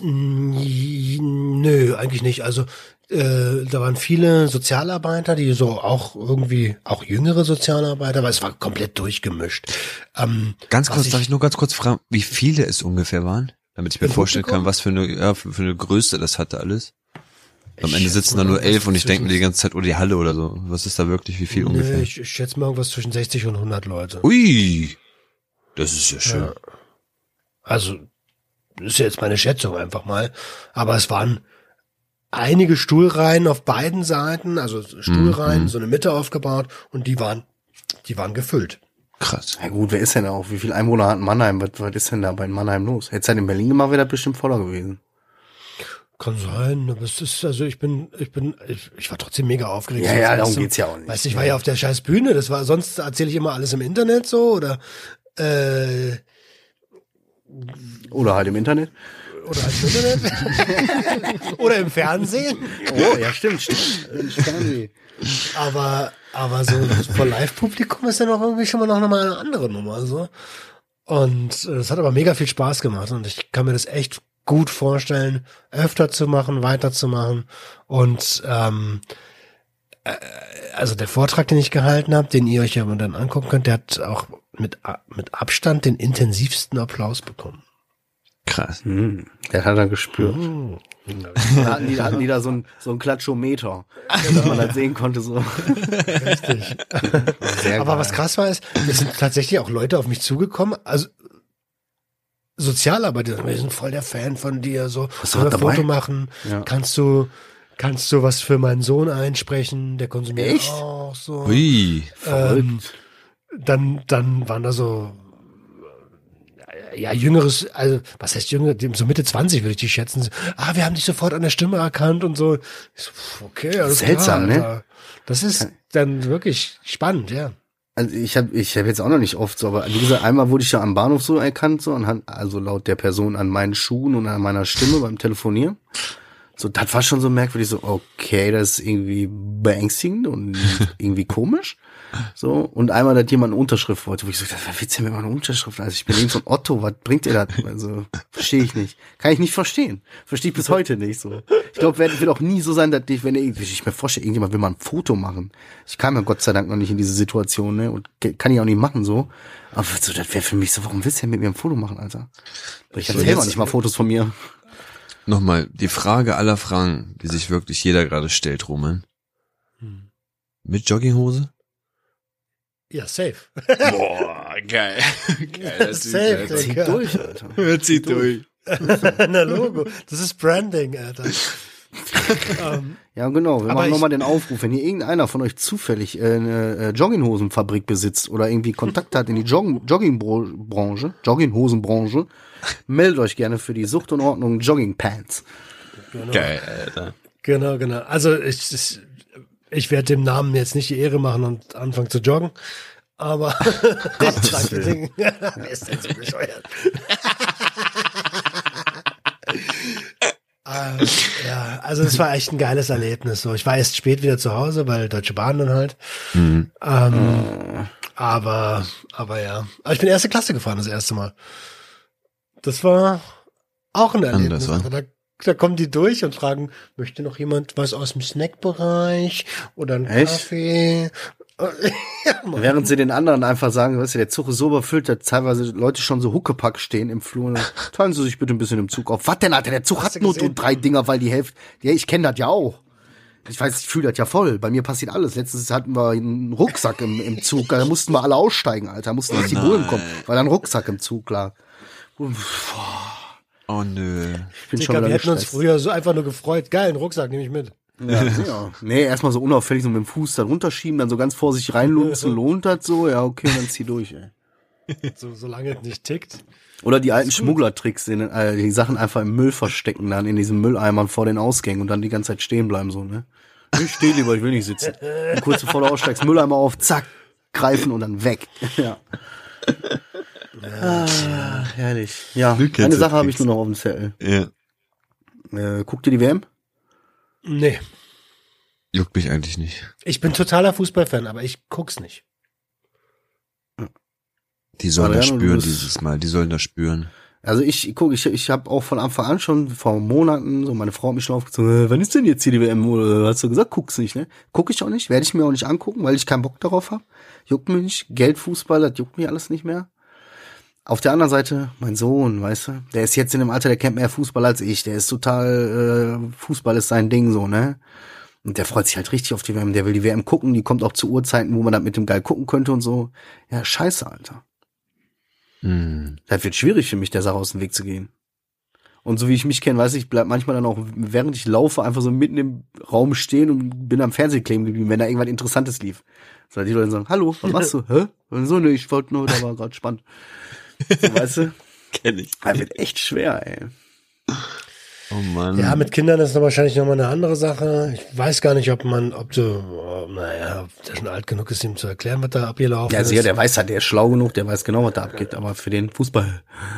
n- nö, eigentlich nicht. Also äh, da waren viele Sozialarbeiter, die so auch irgendwie, auch jüngere Sozialarbeiter, aber es war komplett durchgemischt. Ähm, Ganz was kurz, darf ich nur ganz kurz fragen, wie viele es ungefähr waren? Damit ich mir Im vorstellen Publikum? kann, was für eine, ja, für, für eine Größe das hatte alles. Am Ich Ende schätze sitzen da mal nur elf und ich zwischen- denke mir die ganze Zeit, oh, die Halle oder so. Was ist da wirklich, wie viel Nee, ungefähr? ich, ich schätze mal irgendwas zwischen sechzig und hundert Leute. Ui, das ist ja schön. Ja. Also, das ist jetzt meine Schätzung einfach mal. Aber es waren einige Stuhlreihen auf beiden Seiten, also Stuhlreihen, Mhm. so eine Mitte aufgebaut und die waren, die waren gefüllt. Krass. Ja gut, wer ist denn auch? Wie viele Einwohner hat Mannheim? Was, was ist denn da bei Mannheim los? Hätte es halt in Berlin gemacht, wäre das bestimmt voller gewesen. Kann sein, aber es ist, also ich bin, ich bin, ich, ich war trotzdem mega aufgeregt. Ja, Das ja, erste- darum geht's ja auch nicht. Weißt du, ich war ja auf der scheiß Bühne, das war, sonst erzähle ich immer alles im Internet so oder, äh, Oder halt im Internet. oder halt im Internet. Oder im Fernsehen. Oh, ja, stimmt, stimmt. Fernsehen. Aber, aber so vor Live-Publikum ist ja noch irgendwie schon mal noch mal eine andere Nummer, so. Und äh, das hat aber mega viel Spaß gemacht und ich kann mir das echt gut vorstellen, öfter zu machen, weiterzumachen und, ähm, äh, also der Vortrag, den ich gehalten habe, den ihr euch ja dann angucken könnt, der hat auch mit, mit Abstand den intensivsten Applaus bekommen. Krass. Hm, der hat er gespürt. Hm. Da hatten die, da hatten die da so ein, so ein Klatschometer, dass man das sehen konnte, so. Richtig. Sehr Aber geil. was krass war, ist, es sind tatsächlich auch Leute auf mich zugekommen, also Sozialarbeiter, wir sind voll der Fan von dir, so, Hast du sollen wir was ein dabei? Foto machen, Ja. kannst du, kannst du was für meinen Sohn einsprechen, der konsumiert Echt? auch so. Ui. Ähm, dann, dann waren da so, äh, ja, jüngeres, also, was heißt jünger, die- so Mitte zwanzig würde ich die schätzen. So, ah, wir haben dich sofort an der Stimme erkannt und so. Ich so, pff, okay, alles Seltsam, klar, ne? Alter. Das ist dann wirklich spannend, ja. Also ich habe ich hab jetzt auch noch nicht oft so, aber wie gesagt, einmal wurde ich ja am Bahnhof so erkannt, so anhand, also laut der Person an meinen Schuhen und an meiner Stimme beim Telefonieren. So, das war schon so merkwürdig, so, okay, das ist irgendwie beängstigend und irgendwie komisch. So, und einmal hat jemand eine Unterschrift wollte, wo ich so, was willst du denn mit meiner Unterschrift? Also ich bin eben so ein Otto, was bringt ihr das? Also, verstehe ich nicht. Kann ich nicht verstehen. Verstehe ich bis heute nicht so. Ich glaube, wird, wird auch nie so sein, dass ich, wenn irgendwie, ich mir vorstelle, irgendjemand will mal ein Foto machen. Ich kam ja Gott sei Dank noch nicht in diese Situation, ne, und ge- kann ich auch nicht machen, so. Aber so, das wäre für mich so, warum willst du denn mit mir ein Foto machen, Alter? Ich So, erzähl mal jetzt- nicht mal Fotos von mir. Nochmal, die Frage aller Fragen, die sich wirklich jeder gerade stellt, Roman. Hm. Mit Jogginghose? Ja, safe. Boah, geil. geil Safe, Zieh Digga. durch, Alter. Zieht durch. Na, Logo. Das ist Branding, Alter. ähm, Ja, genau. Wir Aber machen ich- nochmal den Aufruf. Wenn hier irgendeiner von euch zufällig äh, eine äh, Jogginghosenfabrik besitzt oder irgendwie Kontakt hat in die Joggen Joggingbranche, Jogginghosenbranche, meldet euch gerne für die Sucht und Ordnung Joggingpants. Geil, Alter. genau, genau. Also ich, ich, Ich werde dem Namen jetzt nicht die Ehre machen und anfangen zu joggen, aber Gottes Willen. Wer ist denn so bescheuert? ähm, ja, also es war echt ein geiles Erlebnis. So, ich war erst spät wieder zu Hause, weil Deutsche Bahn dann halt. Mhm. Ähm, aber, aber ja. Aber ich bin erste Klasse gefahren das erste Mal. Das war auch ein Erlebnis. Anders, da, da kommen die durch und fragen, möchte noch jemand was aus dem Snackbereich oder einen Echt? Kaffee? Ja, Mann. Während sie den anderen einfach sagen, weißt du, der Zug ist so überfüllt, dass teilweise Leute schon so Huckepack stehen im Flur. Und teilen Sie sich bitte ein bisschen im Zug auf. Was denn, Alter? Der Zug Hast hat du nur gesehen? drei Dinger, weil die Hälfte. Ja, ich kenne das ja auch. Ich weiß, ich fühle das ja voll. Bei mir passiert alles. Letztens hatten wir einen Rucksack im, im Zug. Da mussten wir alle aussteigen, Alter. Da mussten Oh erst die nein. Bullen kommen, weil da ein Rucksack im Zug lag. Oh nö. Ich bin schon Digga, wieder wir hätten uns gestresst. früher so einfach nur gefreut. Geil, einen Rucksack nehme ich mit. Ja, ja. Nee, erstmal so unauffällig so mit dem Fuß da runterschieben, dann so ganz vorsichtig reinlunzen, lohnt das so? Ja, okay, dann zieh durch, ey. So, solange es nicht tickt. Oder die alten Schmugglertricks, die, äh, die Sachen einfach im Müll verstecken, dann in diesen Mülleimern vor den Ausgängen und dann die ganze Zeit stehen bleiben, so, ne? Ich stehe lieber, ich will nicht sitzen. Und kurz bevor du aussteigst, Mülleimer auf, zack, greifen und dann weg. Ja. Ah, herrlich. Ja, Du kennst eine das Sache habe ich Tricks. nur noch auf dem Zettel. Ja. Äh, guckt ihr die W M? Nee. Juckt mich eigentlich nicht. Ich bin totaler Fußballfan, aber ich guck's nicht. Die sollen das Mariano, du spüren bist- dieses Mal. Die sollen das spüren. Also ich guck, ich, ich habe auch von Anfang an schon vor Monaten, so meine Frau hat mich schon aufgezogen, äh, wann ist denn jetzt hier die W M? Oder hast du gesagt, guck's nicht, ne? Guck ich auch nicht, werde ich mir auch nicht angucken, weil ich keinen Bock darauf habe. Juckt mich nicht. Geldfußball, das juckt mich alles nicht mehr. Auf der anderen Seite, mein Sohn, weißt du, der ist jetzt in dem Alter, der kennt mehr Fußball als ich. Der ist total, äh, Fußball ist sein Ding, so, ne? Und der freut sich halt richtig auf die W M. Der will die W M gucken, die kommt auch zu Uhrzeiten, wo man dann mit dem geil gucken könnte und so. Ja, scheiße, Alter. Hm. Das wird schwierig für mich, der Sache aus dem Weg zu gehen. Und so wie ich mich kenne, weiß ich, bleib manchmal dann auch, während ich laufe, einfach so mitten im Raum stehen und bin am Fernseher kleben geblieben, wenn da irgendwas Interessantes lief. So, die Leute sagen, hallo, was machst du? Hä? Und so, ne, ich wollte nur, da war gerade spannend. So, weißt du? Kenn ich. Das wird echt schwer, ey. Oh Mann. Ja, mit Kindern ist noch wahrscheinlich nochmal eine andere Sache. Ich weiß gar nicht, ob man, ob du, oh, naja, ob der schon alt genug ist, ihm zu erklären, was da abgelaufen Ja, ist. sicher, der weiß halt, der ist schlau genug, der weiß genau, was da abgeht, aber für den Fußball.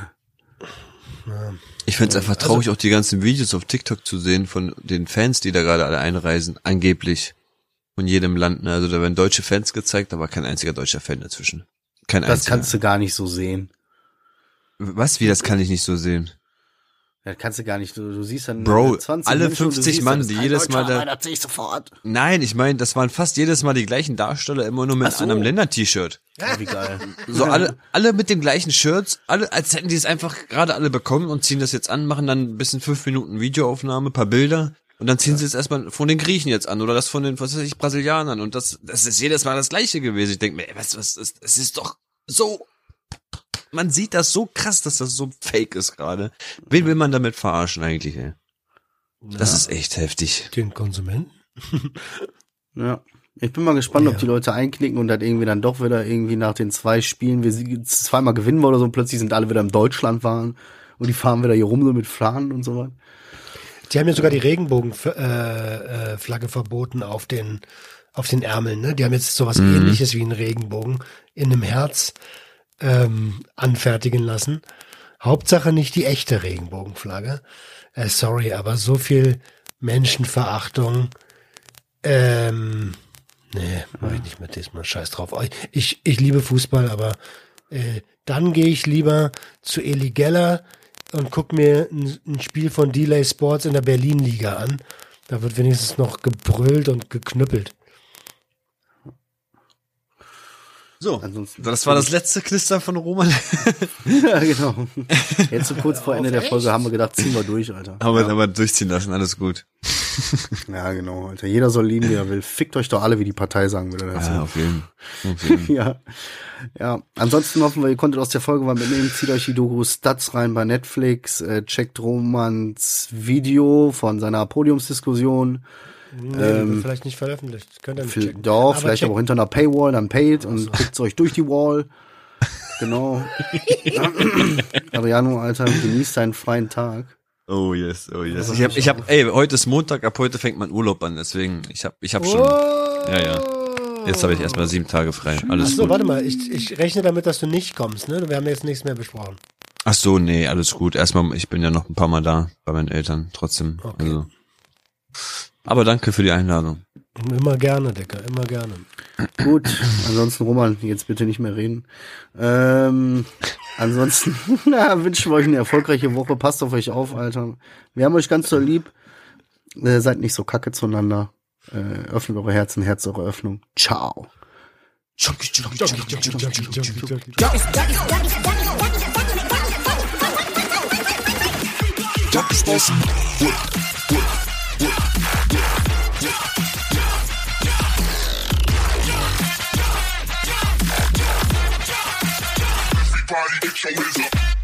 Ich find's einfach traurig, auch die ganzen Videos auf TikTok zu sehen von den Fans, die da gerade alle einreisen, angeblich von jedem Land. Ne? Also da werden deutsche Fans gezeigt, aber kein einziger deutscher Fan dazwischen. Kein Das einziger. kannst du gar nicht so sehen. Was? Wie, das kann ich nicht so sehen? Das kannst du gar nicht, du, du siehst dann Bro, zwanzig alle Menschen und du fünfzig siehst, Mann, das ist die kein jedes Mal Deutscher, da- aber das sehe ich sofort. Nein, ich meine, das waren fast jedes Mal die gleichen Darsteller, immer nur mit Ach so. einem Länder-T-Shirt. Ja, wie geil. So alle, alle mit den gleichen Shirts, alle, als hätten die es einfach gerade alle bekommen und ziehen das jetzt an, machen dann ein bisschen fünf Minuten Videoaufnahme, paar Bilder und dann ziehen sie es erstmal von den Griechen jetzt an oder das von den, was weiß ich, Brasilianern und das, das ist jedes Mal das Gleiche gewesen. Ich denke mir, ey, was, was, ist, es ist doch so, man sieht das so krass, dass das so fake ist gerade. Wen will man damit verarschen eigentlich, ey? Das ist echt heftig. Den Konsumenten. Ja. Ich bin mal gespannt, Ja. ob die Leute einknicken und dann irgendwie dann doch wieder irgendwie nach den zwei Spielen, wir sie- zweimal gewinnen wir oder so und plötzlich sind alle wieder in Deutschland waren und die fahren wieder hier rum so mit Fahnen und so was. Die haben ja sogar die Regenbogenflagge äh, äh, Flagge verboten auf den, auf den Ärmeln, ne? Die haben jetzt sowas ähnliches wie einen Regenbogen in einem Herz ähm, anfertigen lassen. Hauptsache nicht die echte Regenbogenflagge. Äh, sorry, aber so viel Menschenverachtung. Ähm, nee, mach ich nicht mit diesmal. Scheiß drauf. Ich, ich liebe Fußball, aber äh, dann gehe ich lieber zu Eli Geller und guck mir ein, ein Spiel von Delay Sports in der Berlin-Liga an. Da wird wenigstens noch gebrüllt und geknüppelt. So, Ansonsten- das war das letzte Knister von Roman. Ja, genau. Jetzt so kurz vor Ende der Folge haben wir gedacht, ziehen wir durch, Alter. Haben wir aber durchziehen lassen, alles gut. Ja, genau, Alter. Jeder soll lieben, wie er will. Fickt euch doch alle, wie die Partei sagen würde. dazu. Ja, auf jeden Fall. Auf jeden Fall. Ja. Ja. Ansonsten hoffen wir, ihr konntet aus der Folge was mitnehmen. Zieht euch die Doku Stats rein bei Netflix. Äh, checkt Romans Video von seiner Podiumsdiskussion. Nee, Ähm, wird vielleicht nicht veröffentlicht. Könnt ihr nicht Viel- checken. Doch, Aber vielleicht check- aber auch hinter einer Paywall, dann paid und guckt's euch durch die Wall. Genau. Adriano, Alter, genießt deinen freien Tag. Oh yes, oh yes. Ich hab, ich hab, ey, heute ist Montag, ab heute fängt mein Urlaub an, deswegen, ich hab, ich hab schon, Oh. ja, ja. Jetzt habe ich erstmal sieben Tage frei. Alles Achso, gut. warte mal, ich, ich rechne damit, dass du nicht kommst, ne? Wir haben jetzt nichts mehr besprochen. Ach so, nee, alles gut. Erstmal, ich bin ja noch ein paar Mal da bei meinen Eltern, trotzdem. Okay. Also. Aber danke für die Einladung. Immer gerne, Dicker, immer gerne. Gut, ansonsten Roman, jetzt bitte nicht mehr reden. Ähm, ansonsten na, wünschen wir euch eine erfolgreiche Woche. Passt auf euch auf, Alter. Wir haben euch ganz so lieb. Äh, seid nicht so kacke zueinander. Äh, öffnet eure Herzen, Herz eure Öffnung. Ciao. Everybody get your hands up.